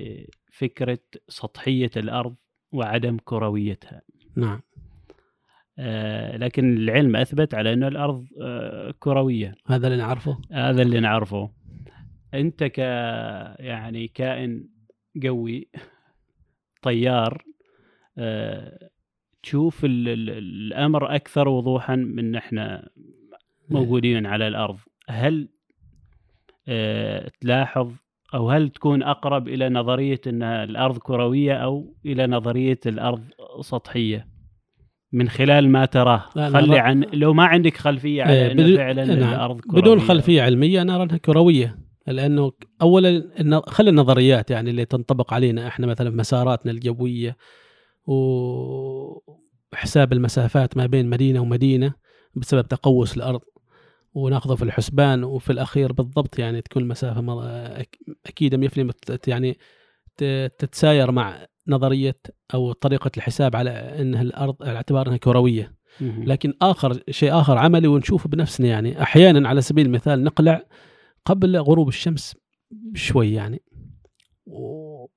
A: لفكرة سطحية الأرض وعدم كرويتها.
B: نعم.
A: آه لكن العلم أثبت على أن الأرض آه كروية.
B: هذا اللي نعرفه
A: هذا اللي نعرفه. أنت ك يعني كائن قوي طيار، آه تشوف ال ال الأمر أكثر وضوحا من إحنا موجودين على الأرض. هل آه تلاحظ أو هل تكون أقرب إلى نظرية أن الأرض كروية أو إلى نظرية الأرض سطحية من خلال ما تراه؟ خلي عن لو ما عندك خلفية على أن بدون فعلا نعم. الأرض كروية
B: بدون خلفية علمية أنا أرى أنها كروية، لأنه أولا خلي النظريات يعني اللي تنطبق علينا إحنا مثلا مساراتنا الجوية وحساب المسافات ما بين مدينة ومدينة بسبب تقوس الأرض وناخذه في الحسبان، وفي الأخير بالضبط يعني تكون المسافة أكيد مية بالمية يعني تتساير مع نظرية أو طريقة الحساب على أنها الأرض على اعتبار أنها كروية. لكن آخر شيء آخر عملي ونشوفه بنفسنا، يعني أحيانا على سبيل المثال نقلع قبل غروب الشمس بشوي يعني و...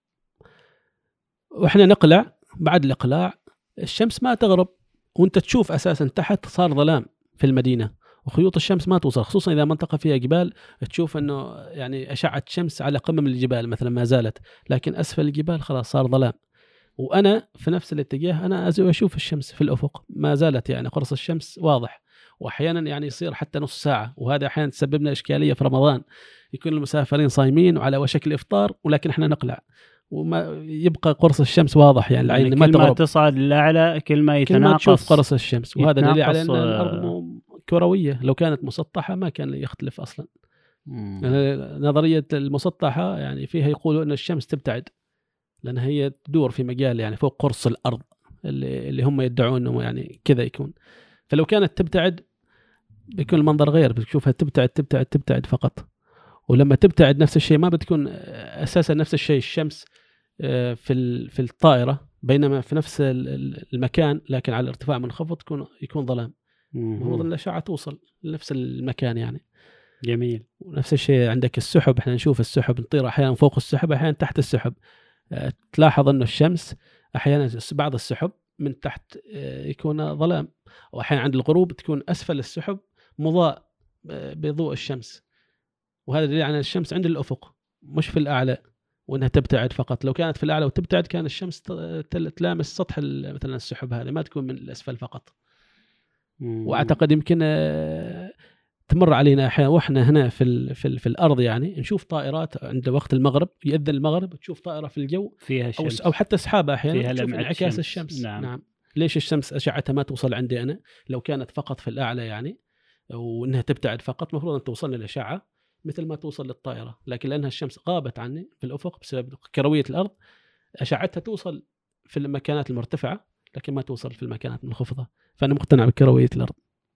B: وإحنا نقلع بعد الإقلاع الشمس ما تغرب، وانت تشوف أساسا تحت صار ظلام في المدينة وخيوط الشمس ما توصل، خصوصا إذا منطقة فيها جبال تشوف أنه يعني أشعة الشمس على قمم الجبال مثلا ما زالت، لكن أسفل الجبال خلاص صار ظلام. وأنا في نفس الاتجاه أنا أشوف الشمس في الأفق ما زالت يعني قرص الشمس واضح، وأحيانا يعني يصير حتى نص ساعة، وهذا أحيانا تسبب لنا إشكالية في رمضان، يكون المسافرين صايمين وعلى وشك الإفطار ولكن إحنا نقلع وما يبقى قرص الشمس واضح يعني العين
A: يعني
B: ما
A: كل
B: تغرب،
A: ما تصعد للأعلى كل ما يتناقص
B: كل ما تشوف قرص الشمس، وهذا دليل على أن
A: آه
B: الأرض كروية. لو كانت مسطحة ما كان يختلف أصلا. يعني نظرية المسطحة يعني فيها يقولوا أن الشمس تبتعد لأن هي تدور في مجال يعني فوق قرص الأرض اللي, اللي هم يدعون أنه يعني كذا يكون، فلو كانت تبتعد بيكون المنظر غير، بتشوفها تبتعد تبتعد تبتعد فقط، ولما تبتعد نفس الشيء ما بتكون أساسا نفس الشيء الشمس في في الطائرة، بينما في نفس المكان لكن على ارتفاع منخفض تكون يكون ظلام، المفروض الأشعة توصل لنفس المكان يعني.
A: جميل.
B: ونفس الشيء عندك السحب، احنا نشوف السحب نطير أحيانا فوق السحب أحيانا تحت السحب، تلاحظ أنه الشمس أحيانا بعض السحب من تحت يكون ظلام، وأحيانا عند الغروب تكون أسفل السحب مضاء بضوء الشمس، وهذا دليل على الشمس عند الأفق مش في الأعلى وأنها تبتعد فقط. لو كانت في الأعلى وتبتعد كان الشمس تلامس سطح مثلا السحب هذه، ما تكون من الأسفل فقط. وأعتقد يمكن تمر علينا أحيانا وإحنا هنا في ال في, ال في الأرض يعني نشوف طائرات عند وقت المغرب يأذن المغرب تشوف طائرة في الجو
A: فيها شمس
B: أو, أو حتى سحابة أحيانا تشوف انعكاس
A: الشمس.
B: الشمس.
A: نعم.
B: نعم. ليش الشمس أشعتها ما توصل عندي أنا؟ لو كانت فقط في الأعلى يعني وإنها تبتعد فقط مفروض أن توصلني الأشعة مثل ما توصل للطائرة، لكن لأنها الشمس غابت عني في الأفق بسبب كروية الأرض أشعتها توصل في المكانات المرتفعة لكن ما توصل في المكانات المنخفضة، فأنا مقتنع بكروية الأرض.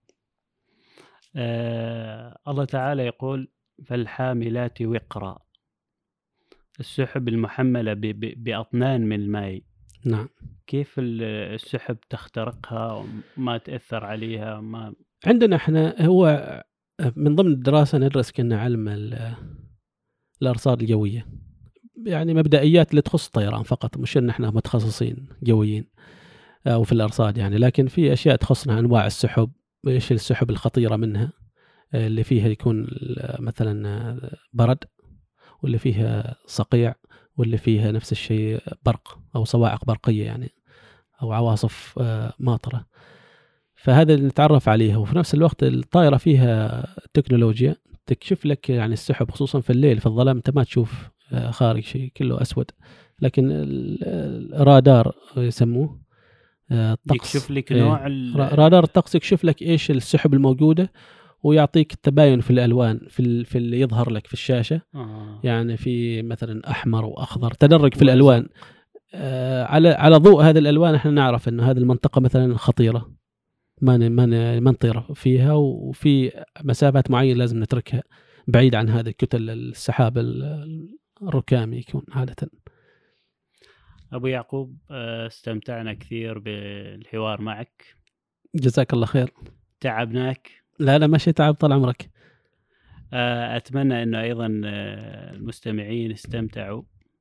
A: آه الله تعالى يقول فالحاملات وقرا، السحب المحملة ب ب بأطنان من الماء.
B: نعم.
A: كيف السحب تخترقها وما تأثر عليها؟ ما
B: عندنا احنا هو من ضمن الدراسة ندرس كنا علم الأرصاد الجوية، يعني مبدئيات اللي تخص الطيران فقط، مش ان احنا متخصصين جويين او في الأرصاد يعني، لكن في أشياء تخصنا أنواع السحب، ايش السحب الخطيرة منها اللي فيها يكون مثلا برد واللي فيها صقيع واللي فيها نفس الشيء برق أو صواعق برقية يعني أو عواصف ماطرة، فهذا اللي نتعرف عليها. وفي نفس الوقت الطائرة فيها تكنولوجيا تكشف لك يعني السحب خصوصا في الليل في الظلام أنت ما تشوف خارج شيء كله أسود، لكن الرادار يسموه الطقس
A: يكشف لك نوع
B: رادار الطقس يكشف لك إيش السحب الموجودة ويعطيك التباين في الألوان في في اللي يظهر لك في الشاشة. آه. يعني في مثلا أحمر وأخضر تدرج في الألوان آه على على ضوء هذه الألوان احنا نعرف إنه هذه المنطقة مثلا خطيرة ما ما ما نطير فيها، وفي مسافات معينة لازم نتركها بعيد عن هذه كتل السحاب الركامي يكون عادة.
A: أبو يعقوب استمتعنا كثير بالحوار معك،
B: جزاك الله خير.
A: تعبناك؟
B: لا لا ماشي تعب طال عمرك.
A: أتمنى أنه أيضا المستمعين استمتعوا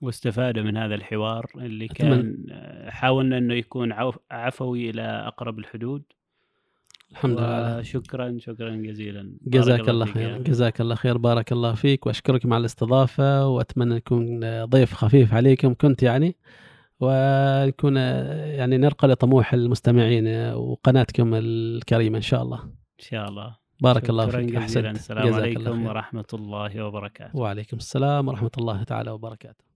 A: واستفادوا من هذا الحوار اللي
B: أتمنى.
A: كان آه، حاولنا انه يكون عف- عفوي الى اقرب الحدود.
B: الحمد لله.
A: وشكرا شكرا جزيلا. بارك
B: جزاك الله
A: فيك يا
B: خير،
A: أخي.
B: جزاك الله خير، بارك الله فيك، واشكرك مع الاستضافة، واتمنى نكون ضيف خفيف عليكم كنت يعني، ونكون يعني نرقى لطموح المستمعين وقناتكم الكريمة إن شاء الله.
A: ان شاء الله.
B: بارك الله
A: شكرا
B: فيك،
A: جزيلا.
B: أحسنت.
A: السلام
B: جزاك الله
A: عليكم
B: خير.
A: ورحمة الله وبركاته.
B: وعليكم السلام ورحمة الله تعالى وبركاته.